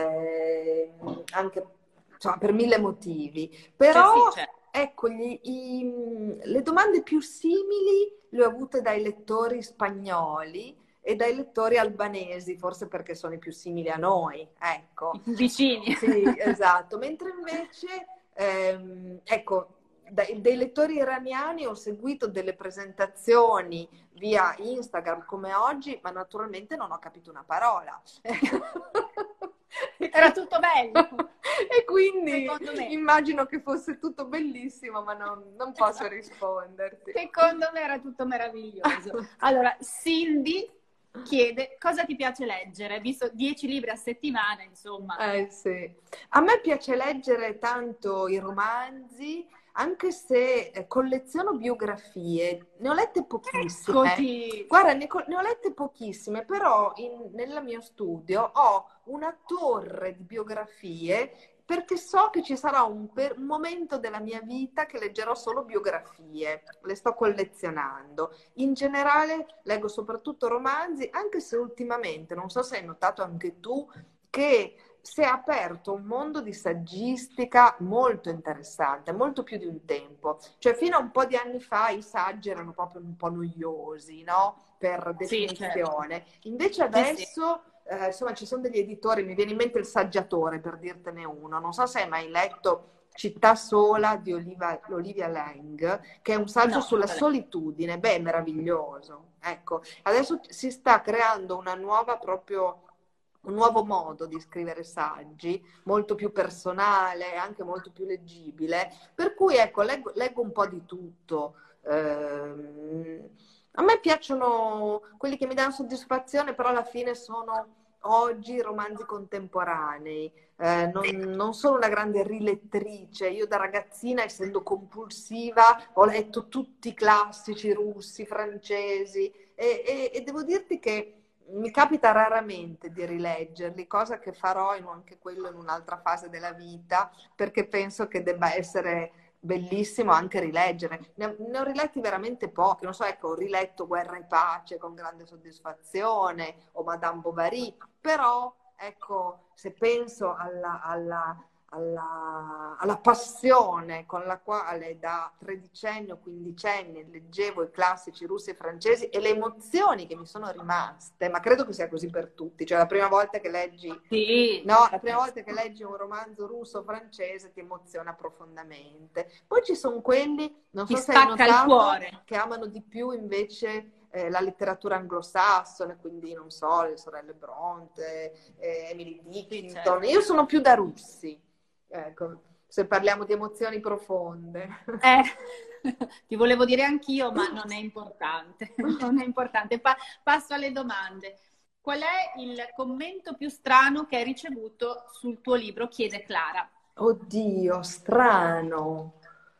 eh, anche insomma, per mille motivi. Però Cioè, sì, certo. ecco, gli- i- le domande più simili le ho avute dai lettori spagnoli e dai lettori albanesi, forse perché sono i più simili a noi, ecco. I più vicini. Sì, esatto. Mentre invece, ehm, ecco, dai, dei lettori iraniani ho seguito delle presentazioni via Instagram come oggi, ma naturalmente non ho capito una parola. Era tutto bello. E quindi Secondo me. immagino che fosse tutto bellissimo, ma non, non posso risponderti. Secondo me era tutto meraviglioso. Allora, Cindy chiede cosa ti piace leggere, visto dieci libri a settimana, insomma. Eh sì. A me piace leggere tanto i romanzi, anche se eh, colleziono biografie. Ne ho lette pochissime. Eccoti! Guarda, ne, co- ne ho lette pochissime, però in- nel mio studio ho una torre di biografie perché so che ci sarà un, per- un momento della mia vita che leggerò solo biografie, le sto collezionando. In generale leggo soprattutto romanzi, anche se ultimamente, non so se hai notato anche tu, che si è aperto un mondo di saggistica molto interessante, molto più di un tempo. Cioè fino a un po' di anni fa i saggi erano proprio un po' noiosi, no? Per Sì, certo. definizione. Invece Sì, sì. adesso... Eh, insomma, ci sono degli editori, mi viene in mente Il Saggiatore per dirtene uno. Non so se hai mai letto Città sola di Oliva- Olivia Lang, che è un saggio No, sulla vabbè. solitudine. Beh, è meraviglioso. Ecco, adesso si sta creando una nuova proprio un nuovo modo di scrivere saggi, molto più personale, anche molto più leggibile. Per cui, ecco, leggo, leggo un po' di tutto. Ehm, a me piacciono quelli che mi danno soddisfazione, però alla fine sono oggi romanzi contemporanei. Eh, non, non sono una grande rilettrice. Io da ragazzina, essendo compulsiva, ho letto tutti i classici russi, francesi e, e- e devo dirti che mi capita raramente di rileggerli, cosa che farò in, anche quello in un'altra fase della vita, perché penso che debba essere bellissimo anche rileggere. Ne, ne ho riletti veramente pochi, non so, ecco, ho riletto Guerra e Pace con grande soddisfazione o Madame Bovary, però ecco, se penso alla, alla, alla, alla passione con la quale da tredicenni o quindicenni leggevo i classici russi e francesi e le emozioni che mi sono rimaste, ma credo che sia così per tutti, cioè la prima volta che leggi Sì. No, la prima volta che leggi un romanzo russo o francese ti emoziona profondamente. Poi ci sono quelli, non Ti so se hai spacca il notato, cuore. che amano di più invece eh, la letteratura anglosassone, quindi non so, le sorelle Bronte, eh, Emily Dickinson. certo. Io sono più da russi, ecco. se parliamo di emozioni profonde. Eh, ti volevo dire anch'io, ma non è importante. Non è importante. Pa- passo alle domande. Qual è il commento più strano che hai ricevuto sul tuo libro? Chiede Clara. Oddio, strano.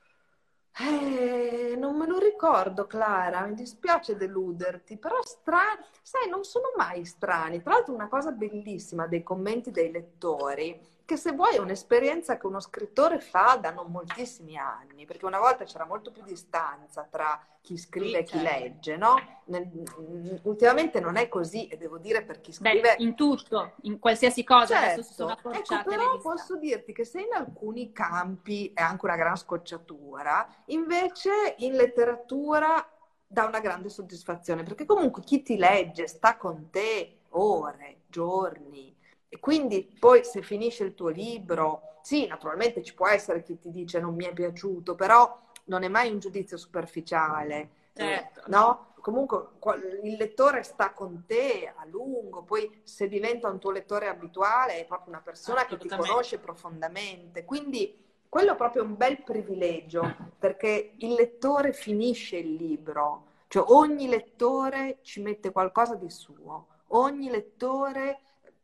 Eh, non me lo ricordo, Clara, mi dispiace deluderti, però strani, sai, non sono mai strani. Tra l'altro una cosa bellissima dei commenti dei lettori, che se vuoi è un'esperienza che uno scrittore fa da non moltissimi anni, perché una volta c'era molto più distanza tra chi scrive e chi Certo. legge, no? Nel- ultimamente non è così, e devo dire per chi Beh, scrive... in tutto, in qualsiasi cosa, adesso si sono Certo, ecco, accorciate le però distanze. posso dirti che se in alcuni campi è anche una gran scocciatura, invece in letteratura dà una grande soddisfazione, perché comunque chi ti legge sta con te ore, giorni, e quindi poi se finisce il tuo libro, sì, naturalmente ci può essere chi ti dice non mi è piaciuto, però non è mai un giudizio superficiale, Certo, eh, no? Comunque il lettore sta con te a lungo, poi se diventa un tuo lettore abituale è proprio una persona che ti conosce profondamente, quindi quello è proprio un bel privilegio, perché il lettore finisce il libro, cioè ogni lettore ci mette qualcosa di suo, ogni lettore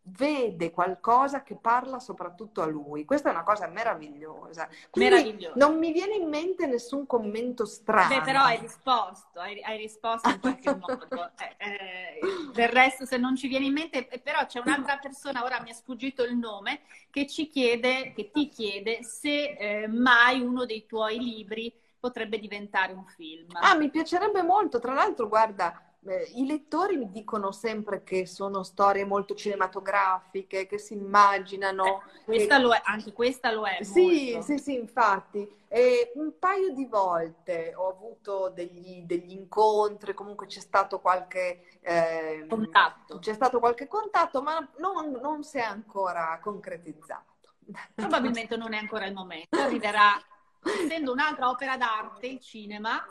vede qualcosa che parla soprattutto a lui. Questa è una cosa meravigliosa. Quindi meraviglioso. non mi viene in mente nessun commento strano. Beh, però hai risposto, hai, hai risposto in qualche modo. Eh, eh, del resto, se non ci viene in mente, eh, però c'è un'altra persona, ora mi è sfuggito il nome, che ci chiede, che ti chiede se eh, mai uno dei tuoi libri potrebbe diventare un film. Ah, mi piacerebbe molto. Tra l'altro, guarda, eh, i lettori mi dicono sempre che sono storie molto cinematografiche, che si immaginano. Eh, questa che... lo è, anche questa lo è Sì, molto. sì, sì, infatti. E un paio di volte ho avuto degli, degli incontri, comunque c'è stato qualche eh, Contatto. c'è stato qualche contatto, ma non, non si è ancora concretizzato. Probabilmente non è ancora il momento, arriverà, essendo un'altra opera d'arte, il cinema,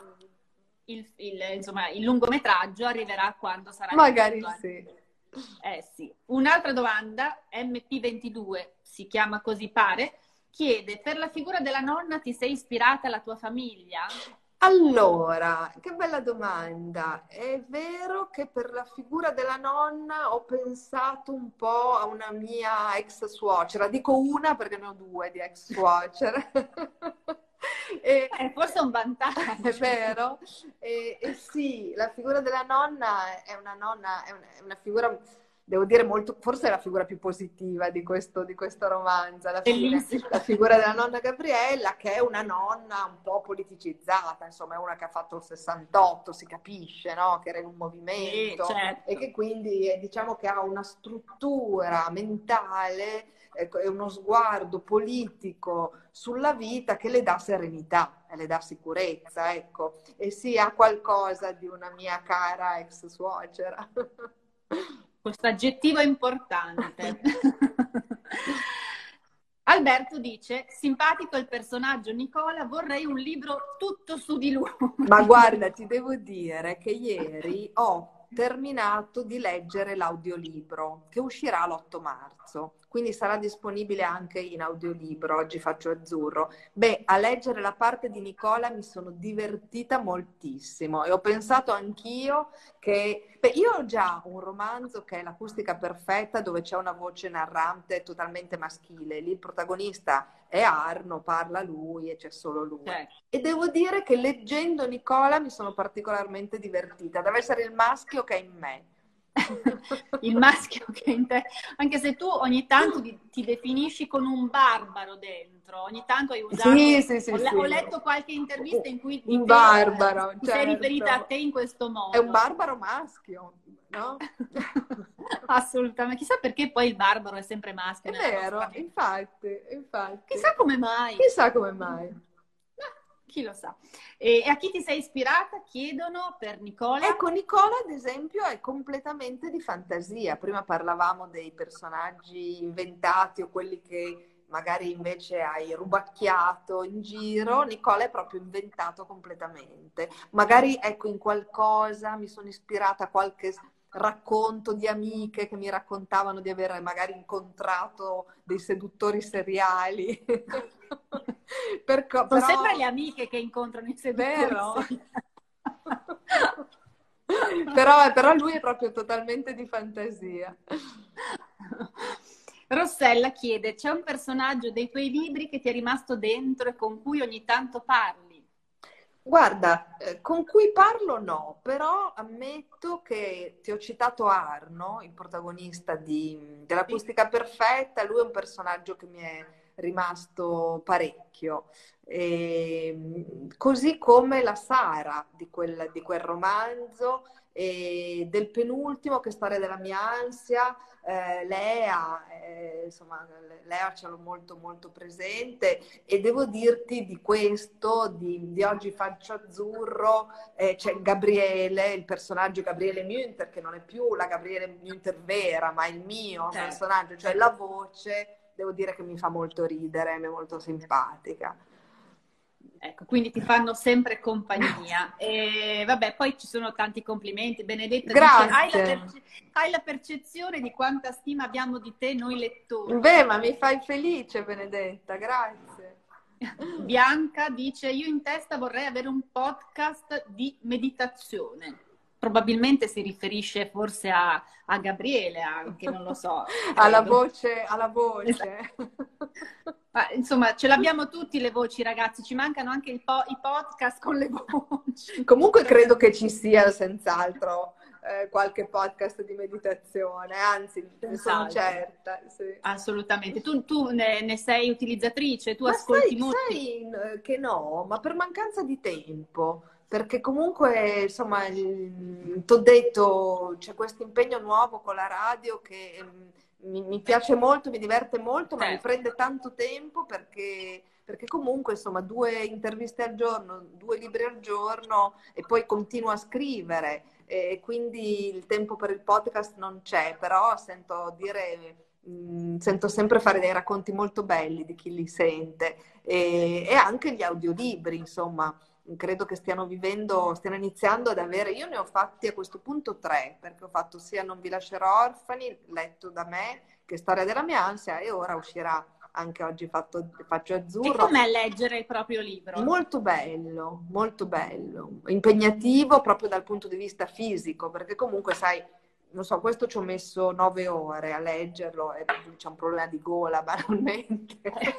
il, il, insomma, il lungometraggio arriverà quando sarà Magari il sì. Eh sì. Un'altra domanda, M P ventidue, si chiama così pare, chiede, per la figura della nonna ti sei ispirata alla tua famiglia? Allora, che bella domanda. È vero che per la figura della nonna ho pensato un po' a una mia ex suocera. Dico una perché ne ho due di ex suocere. E, eh, forse è un vantaggio. È vero? E, e sì, la figura della nonna è una nonna, è una, è una figura, devo dire, molto, forse è la figura più positiva di questo, di questo romanzo, alla fine. La figura della nonna Gabriella, che è una nonna un po' politicizzata, insomma, è una che ha fatto il sessantotto, si capisce, no? Che era in un movimento, sì, certo. E che quindi eh, diciamo che ha una struttura mentale e uno sguardo politico sulla vita che le dà serenità e le dà sicurezza, ecco. E sì, ha qualcosa di una mia cara ex suocera. Questo aggettivo è importante. Alberto dice, simpatico il personaggio Nicola, vorrei un libro tutto su di lui. Ma guarda, ti devo dire che ieri ho terminato di leggere l'audiolibro che uscirà l'otto marzo, quindi sarà disponibile anche in audiolibro. Oggi faccio azzurro. Beh, a leggere la parte di Nicola mi sono divertita moltissimo e ho pensato anch'io che... Beh, io ho già un romanzo che è L'acustica perfetta, dove c'è una voce narrante totalmente maschile. Lì il protagonista è Arno, parla lui e c'è solo lui. Certo. E devo dire che leggendo Nicola mi sono particolarmente divertita. Deve essere il maschio che è in me. Il maschio che è in te, anche se tu ogni tanto ti, ti definisci con un barbaro dentro, ogni tanto hai usato, sì, sì, sì, ho, sì. ho letto qualche intervista in cui un te, barbaro, ti certo. sei riferita a te in questo modo. È un barbaro maschio, no? Assolutamente, chissà perché poi il barbaro è sempre maschio. È vero, infatti, infatti. Chissà come mai. Chissà come mai. Chi lo sa. E a chi ti sei ispirata? Chiedono per Nicola. Ecco, Nicola ad esempio è completamente di fantasia. Prima parlavamo dei personaggi inventati o quelli che magari invece hai rubacchiato in giro. Nicola è proprio inventato completamente. Magari ecco in qualcosa mi sono ispirata a qualche racconto di amiche che mi raccontavano di aver magari incontrato dei seduttori seriali. Per co- Sono però... sempre le amiche che incontrano i Vero? seduttori. però, però lui è proprio totalmente di fantasia. Rossella chiede, c'è un personaggio dei tuoi libri che ti è rimasto dentro e con cui ogni tanto parli? Guarda, eh, con cui parlo no, però ammetto che ti ho citato Arno, il protagonista di, dell'Acustica Perfetta, lui è un personaggio che mi è rimasto parecchio. E, così come la Sara di quel, di quel romanzo, e del penultimo, che è Storia della mia ansia, eh, Lea, eh, insomma, Lea ce l'ho molto molto presente, e devo dirti di questo, di, di Oggi faccio azzurro, eh, c'è Gabriele, il personaggio Gabriele Münter, che non è più la Gabriele Münter vera, ma il mio Certo. personaggio, cioè la voce, devo dire che mi fa molto ridere, mi è molto simpatica. Ecco, quindi ti fanno sempre compagnia. E vabbè, poi ci sono tanti complimenti. Benedetta Grazie. dice, hai la, perce- hai la percezione di quanta stima abbiamo di te noi lettori. Beh, ma mi fai felice, Benedetta, grazie. Bianca dice, io in testa vorrei avere un podcast di meditazione. Probabilmente si riferisce forse a, a Gabriele anche, non lo so. Alla credo. voce, alla voce. Ma, insomma, ce l'abbiamo tutti le voci, ragazzi, ci mancano anche il po- i podcast con le voci. Comunque credo che ci sia senz'altro eh, qualche podcast di meditazione, anzi, ne sono Senz'altro. certa. Sì. Assolutamente. Tu, tu ne, ne sei utilizzatrice, tu Ma ascolti sai, molti. sai eh, che no, ma per mancanza di tempo, perché comunque, insomma, ti ho detto, c'è questo impegno nuovo con la radio che mm, mi, mi piace molto, mi diverte molto, ma mi Certo. prende tanto tempo perché, perché comunque, insomma, due interviste al giorno, due libri al giorno e poi continuo a scrivere e quindi il tempo per il podcast non c'è, però sento dire... Mm, sento sempre fare dei racconti molto belli di chi li sente e, e anche gli audiolibri, insomma, credo che stiano vivendo, stiano iniziando ad avere, io ne ho fatti a questo punto tre, perché ho fatto sia Non vi lascerò orfani, letto da me, che Storia della mia ansia, e ora uscirà anche Oggi fatto, faccio azzurro. E com'è leggere il proprio libro? Molto bello, molto bello, impegnativo proprio dal punto di vista fisico, perché comunque sai, non so, questo ci ho messo nove ore a leggerlo e c'è un problema di gola banalmente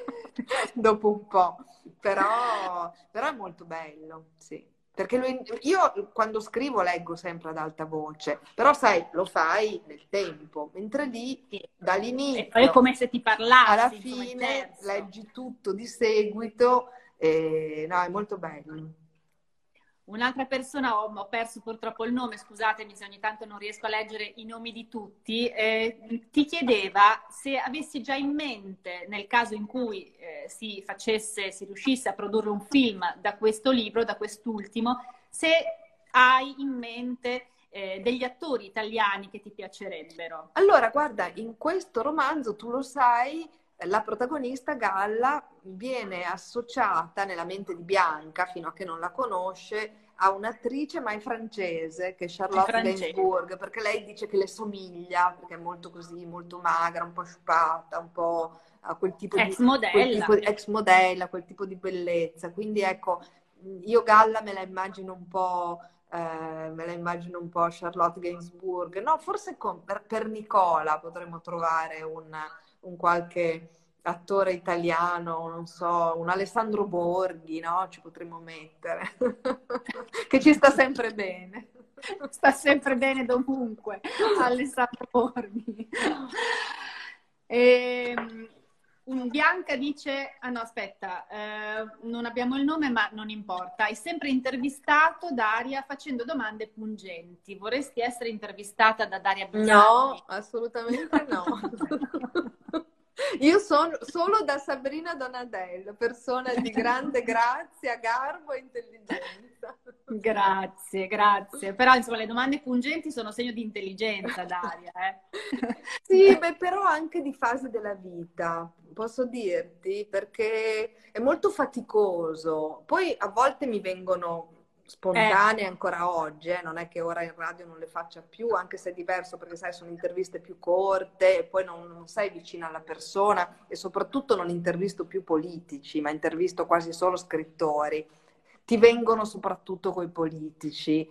dopo un po', però, però è molto bello, sì. Perché lui, io quando scrivo leggo sempre ad alta voce, però sai, lo fai nel tempo, mentre lì Sì. E dall'inizio poi è come se ti parlassi. alla insomma, è fine diverso. leggi tutto di seguito e no, è molto bello. Un'altra persona, ho, ho perso purtroppo il nome, scusatemi se ogni tanto non riesco a leggere i nomi di tutti, eh, ti chiedeva se avessi già in mente, nel caso in cui eh, si facesse, si riuscisse a produrre un film da questo libro, da quest'ultimo, se hai in mente eh, degli attori italiani che ti piacerebbero. Allora, guarda, in questo romanzo, tu lo sai, la protagonista Galla viene associata nella mente di Bianca, fino a che non la conosce, a un'attrice, ma è francese, che è Charlotte Gainsbourg, perché lei dice che le somiglia, perché è molto così, molto magra, un po' sciupata, un po' a quel tipo Ex di... modella. Quel tipo, ex modella, quel tipo di bellezza. Quindi ecco, io Galla me la immagino un po'... Eh, me la immagino un po' Charlotte Gainsbourg. No, forse con, per, per Nicola potremmo trovare un, un qualche attore italiano, non so, un Alessandro Borghi, no? Ci potremmo mettere, che ci sta sempre bene. Sta sempre bene dovunque, Alessandro Borghi. E, um, Bianca dice, ah no aspetta, eh, non abbiamo il nome ma non importa, hai sempre intervistato Daria facendo domande pungenti, vorresti essere intervistata da Daria Bignami? No, assolutamente no. Io sono solo da Sabrina Donadello, persona di grande grazia, garbo e intelligenza. Grazie, grazie. Però insomma le domande pungenti sono segno di intelligenza, Daria. Eh? Sì, beh, però anche di fase della vita, posso dirti, perché è molto faticoso. Poi a volte mi vengono spontanee ancora oggi, eh? Non è che ora in radio non le faccia più, anche se è diverso perché sai sono interviste più corte e poi non, non sei vicina alla persona e soprattutto non intervisto più politici, ma intervisto quasi solo scrittori. Ti vengono soprattutto coi politici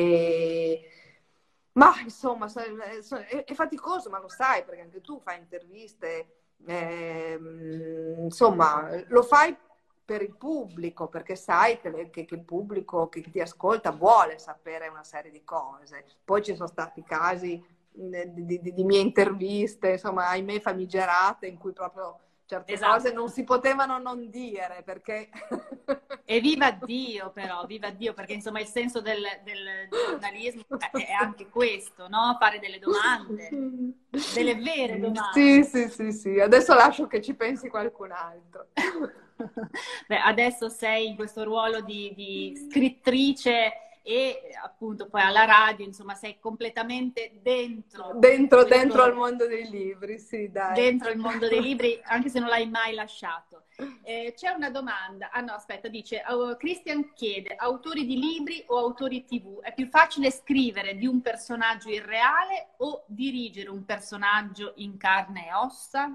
e... ma insomma è, è faticoso, ma lo sai perché anche tu fai interviste, eh, insomma lo fai per il pubblico, perché sai che, che, che il pubblico che ti ascolta vuole sapere una serie di cose. Poi ci sono stati casi di, di, di mie interviste, insomma, ahimè famigerate, in cui proprio certe esatto. cose non si potevano non dire, perché... E viva Dio però, viva Dio, perché insomma il senso del, del giornalismo è anche questo, no? Fare delle domande, delle vere domande. Sì, sì, sì, sì. Adesso lascio che ci pensi qualcun altro. Beh, adesso sei in questo ruolo di, di scrittrice e appunto poi alla radio, insomma, sei completamente dentro. Dentro, questo, dentro al mondo dei libri, sì, dai. Dentro il mondo dei libri, anche se non l'hai mai lasciato. Eh, c'è una domanda, ah no, aspetta, dice, uh, Christian chiede, autori di libri o autori tivù? È più facile scrivere di un personaggio irreale o dirigere un personaggio in carne e ossa?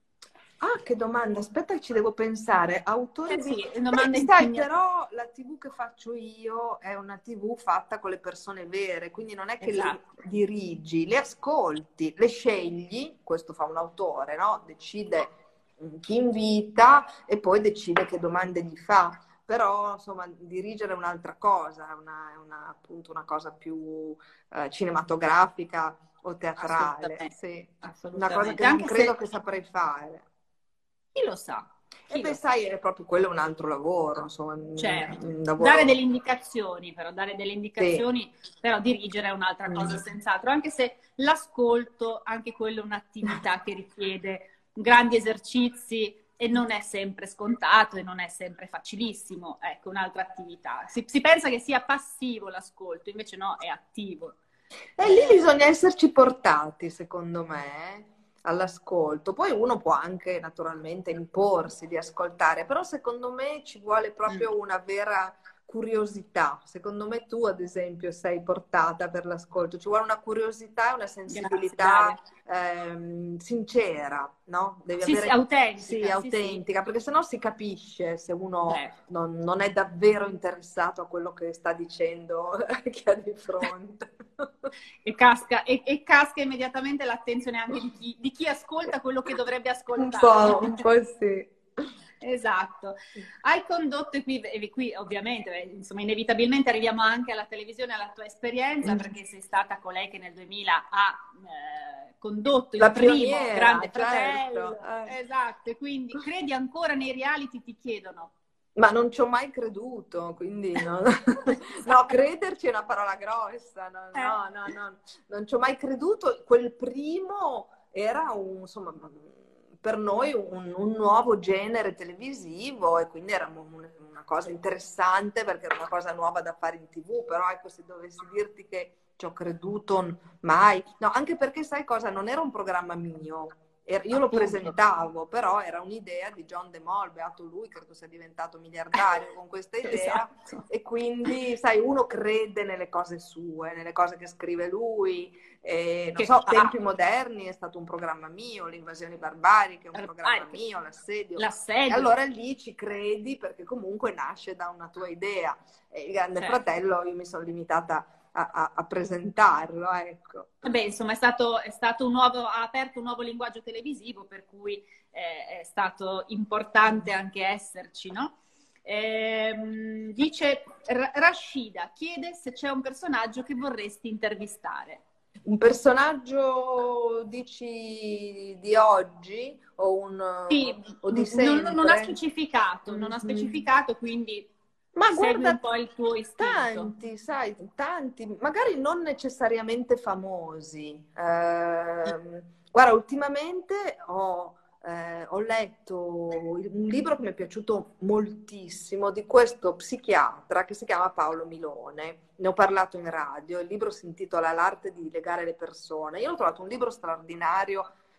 Ah, che domanda, aspetta che ci devo pensare. Autori eh di... sì, domanda Beh, sai, però la tivù che faccio io è una tivù fatta con le persone vere, quindi non è che esatto. le dirigi, le ascolti, le scegli, questo fa un autore, no? Decide chi invita e poi decide che domande gli fa. Però, insomma, dirigere è un'altra cosa, è una, è una, appunto una cosa più eh, cinematografica o teatrale. Assolutamente. Sì. Assolutamente. Una cosa che Anche non credo se... che saprei fare. Chi lo sa? Chi e beh, lo sai, sa? è proprio quello un altro lavoro, insomma. Certo. Un lavoro... Dare delle indicazioni, però, dare delle indicazioni, sì. Però dirigere è un'altra cosa, mm. senz'altro. Anche se l'ascolto, anche quello è un'attività che richiede grandi esercizi e non è sempre scontato e non è sempre facilissimo. Ecco, un'altra attività. Si, si pensa che sia passivo l'ascolto, invece no, è attivo. E lì bisogna esserci portati, secondo me, all'ascolto. Poi uno può anche naturalmente imporsi di ascoltare, però secondo me ci vuole proprio una vera curiosità. Secondo me tu, ad esempio, sei portata per l'ascolto. Ci vuole una curiosità e una sensibilità ehm, sincera, no? Devi sì, avere... sì, autentica. Sì, sì, autentica, sì. Perché sennò si capisce se uno eh. non, non è davvero interessato a quello che sta dicendo chi ha di fronte. E casca, e, e casca immediatamente l'attenzione anche di chi, di chi ascolta quello che dovrebbe ascoltare. Un po', un po' sì. Esatto. Hai condotto, e qui, e qui ovviamente, insomma, inevitabilmente arriviamo anche alla televisione, alla tua esperienza, mm. perché sei stata colei che nel duemila ha eh, condotto il La primo pioniera, Grande certo. Fratello. Eh. Esatto, e quindi credi ancora nei reality, ti chiedono? Ma non ci ho mai creduto, quindi no, no crederci è una parola grossa, no, eh. no, no, no, non ci ho mai creduto. Quel primo era un, insomma, per noi un, un nuovo genere televisivo e quindi era un, una cosa interessante perché era una cosa nuova da fare in tivù, però ecco, se dovessi dirti che ci ho creduto mai, no, anche perché sai cosa, non era un programma mio. Io lo presentavo, però era un'idea di John De Mol, beato lui, credo sia diventato miliardario con questa idea, esatto. E quindi, sai, uno crede nelle cose sue, nelle cose che scrive lui, e, non che so, fa? Tempi Moderni è stato un programma mio, L'invasione barbariche è un programma mio, L'assedio. L'assedio. E allora lì ci credi perché comunque nasce da una tua idea. E il Grande certo. Fratello io mi sono limitata A, a, a presentarlo, ecco. Beh, insomma, è stato, è stato un nuovo, ha aperto un nuovo linguaggio televisivo, per cui eh, è stato importante anche esserci, no? Ehm, dice R- Rashida, chiede se c'è un personaggio che vorresti intervistare. Un personaggio, dici, di oggi o, un, sì, o di sempre? Non, non ha specificato, non ha specificato, quindi... Ma guarda, un po' il tuo istinto. Tanti, sai, tanti, magari non necessariamente famosi. Eh, guarda, ultimamente ho, eh, ho letto un libro che mi è piaciuto moltissimo di questo psichiatra che si chiama Paolo Milone. Ne ho parlato in radio, il libro si intitola L'arte di legare le persone. Io l'ho trovato un libro straordinario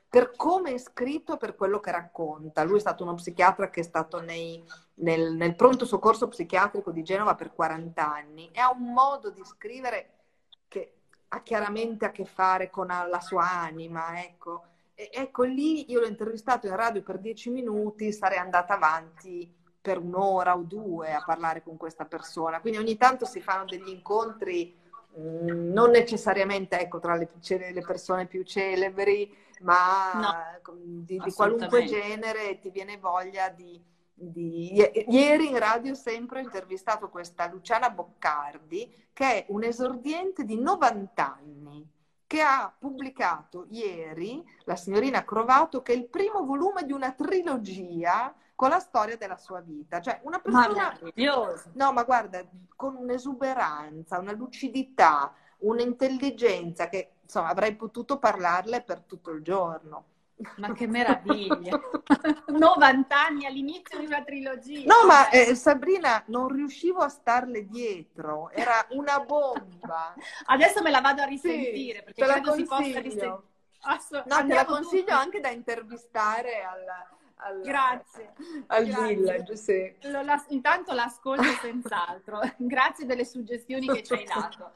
per come è scritto e per quello che racconta. Lui è stato uno psichiatra che è stato nei, nel, nel pronto soccorso psichiatrico di Genova per quaranta anni e ha un modo di scrivere che ha chiaramente a che fare con la sua anima, ecco. E, ecco, lì io l'ho intervistato in radio per dieci minuti, sarei andata avanti per un'ora o due a parlare con questa persona. Quindi ogni tanto si fanno degli incontri, mh, non necessariamente, ecco, tra le, le persone più celebri, ma No, di, di qualunque genere, ti viene voglia di, di... Ieri in radio sempre ho intervistato questa Luciana Boccardi, che è un esordiente di novanta anni, che ha pubblicato ieri, La signorina Crovato, che è il primo volume di una trilogia con la storia della sua vita. Cioè una persona... Meraviglioso. No, ma guarda, con un'esuberanza, una lucidità, un'intelligenza che, insomma, avrei potuto parlarle per tutto il giorno. Ma che meraviglia! novanta anni all'inizio di una trilogia. No, ma eh, Sabrina, non riuscivo a starle dietro, era una bomba. Adesso me la vado a risentire, sì, perché credo si possa risentire. Asso- no, te la consiglio tutti. Anche da intervistare al, al, Grazie. al Grazie. Village, sì. Lo, la, intanto l'ascolto senz'altro. Grazie delle suggestioni che ci hai dato.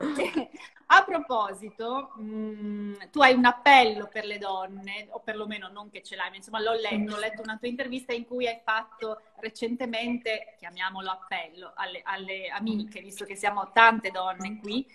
A proposito, mh, tu hai un appello per le donne, o perlomeno non che ce l'hai, ma insomma l'ho letto, ho letto una tua intervista in cui hai fatto recentemente, chiamiamolo appello, alle, alle amiche, visto che siamo tante donne qui,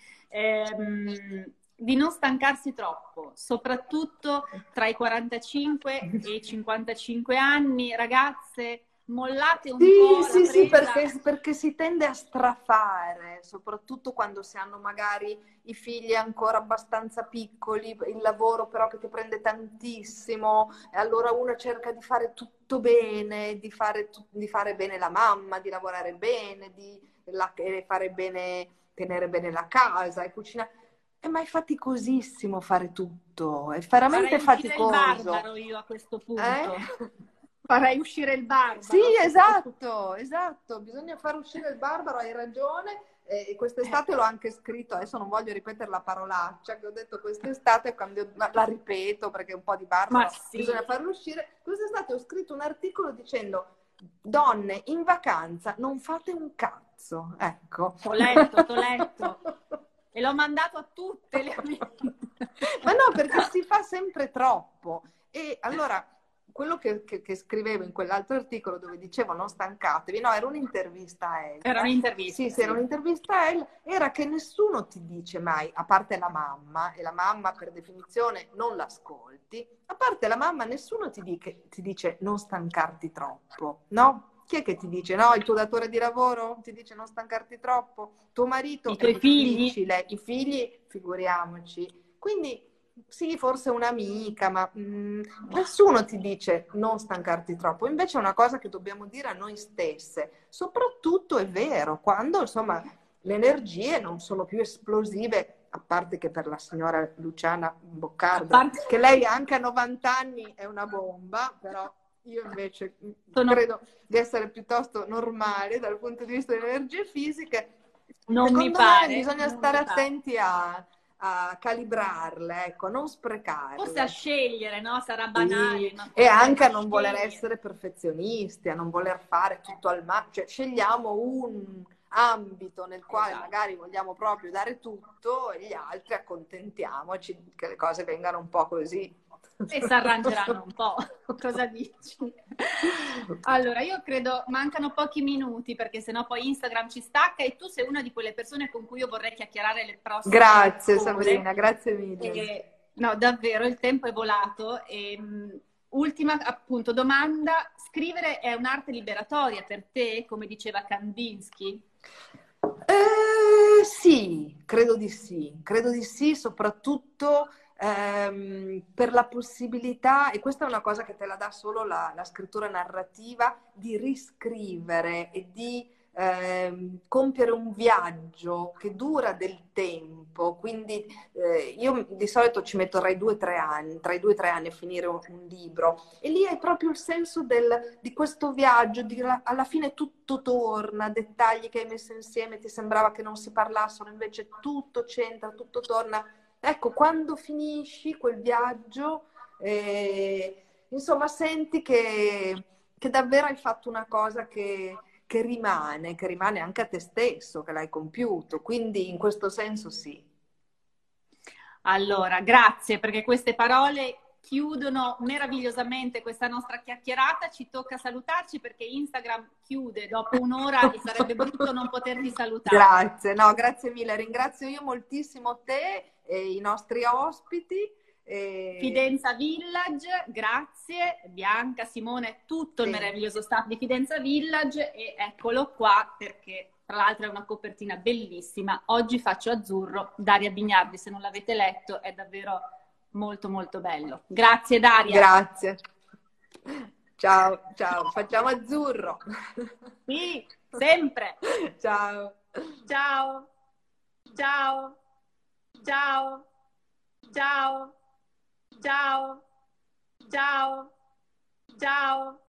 ehm, di non stancarsi troppo, soprattutto tra i quarantacinque e i cinquantacinque anni, ragazze. Mollate un sì, po' sì, la sì, presa. perché, perché si tende a strafare, soprattutto quando si hanno magari i figli ancora abbastanza piccoli, il lavoro però che ti prende tantissimo, e allora uno cerca di fare tutto bene, di fare, di fare bene la mamma, di lavorare bene, di la, fare bene, tenere bene la casa e cucinare. Eh, ma è faticosissimo fare tutto, è veramente Farei faticoso. Farei il barbaro io a questo punto. Eh? Farei uscire il barbaro. Sì, esatto, esatto, bisogna far uscire il barbaro, hai ragione, e quest'estate l'ho anche scritto, adesso non voglio ripetere la parolaccia che ho detto quest'estate, quando la ripeto perché un po' di barbaro sì. bisogna farlo uscire. Quest'estate ho scritto un articolo dicendo: donne in vacanza non fate un cazzo, ecco. T'ho letto, t'ho letto. E l'ho mandato a tutte le amiche. Ma no, perché si fa sempre troppo. E allora, quello che, che, che scrivevo in quell'altro articolo dove dicevo non stancatevi, no, era un'intervista a Elle. Era un'intervista. Sì, sì, sì. era un'intervista a Elle, era che nessuno ti dice mai, a parte la mamma, e la mamma per definizione non l'ascolti, a parte la mamma nessuno ti, dice, ti dice non stancarti troppo, no? Chi è che ti dice? No, il tuo datore di lavoro ti dice non stancarti troppo? Tuo marito? I tuoi è figli? difficile. I figli, figuriamoci. Quindi sì, forse un'amica, ma mh, nessuno ti dice non stancarti troppo. Invece è una cosa che dobbiamo dire a noi stesse. Soprattutto è vero, quando insomma le energie non sono più esplosive, a parte che per la signora Luciana Boccardo, parte... che lei anche a novanta anni è una bomba, però io invece sono... credo di essere piuttosto normale dal punto di vista delle energie fisiche. Non Secondo mi pare. me bisogna non stare mi attenti a... a calibrarle, ecco, non sprecarle. Forse a scegliere, no? Sarà banale. Sì. No? E anche a non scegliere. voler essere perfezionisti, a non voler fare tutto al massimo, cioè scegliamo un ambito nel quale esatto. magari vogliamo proprio dare tutto e gli altri accontentiamoci che le cose vengano un po' così. E si arrangeranno un po'. Cosa dici? Allora, io credo mancano pochi minuti perché sennò poi Instagram ci stacca e tu sei una di quelle persone con cui io vorrei chiacchierare le prossime Grazie ore. Sabrina, grazie mille. E, no, davvero, il tempo è volato. E, mh, ultima appunto domanda, scrivere è un'arte liberatoria per te, come diceva Kandinsky? Eh, sì, credo di sì, credo di sì, soprattutto ehm, per la possibilità, e questa è una cosa che te la dà solo la, la scrittura narrativa, di riscrivere e di ehm, compiere un viaggio che dura del tempo. Quindi eh, io di solito ci metto tra i due e tre anni, tra i due e tre anni a finire un, un libro, e lì hai proprio il senso del, di questo viaggio, di, alla fine tutto torna, dettagli che hai messo insieme, ti sembrava che non si parlassero, invece tutto c'entra, tutto torna. Ecco, quando finisci quel viaggio e, insomma, senti che, che davvero hai fatto una cosa che, che rimane, che rimane anche a te stesso, che l'hai compiuto, quindi in questo senso sì. Allora, grazie, perché queste parole chiudono meravigliosamente questa nostra chiacchierata. Ci tocca salutarci perché Instagram chiude dopo un'ora e sarebbe brutto non poterti salutare. Grazie, no, grazie mille. Ringrazio io moltissimo te e i nostri ospiti. E... Fidenza Village, grazie Bianca, Simone, tutto il Sì. meraviglioso staff di Fidenza Village, e eccolo qua perché tra l'altro è una copertina bellissima. Oggi faccio azzurro, Daria Bignardi, se non l'avete letto è davvero molto molto bello. Grazie Daria. Grazie. Ciao, ciao, facciamo azzurro. Sì, sempre. Ciao. Ciao. Ciao. Ciao. Ciao. Ciao. Ciao. Ciao.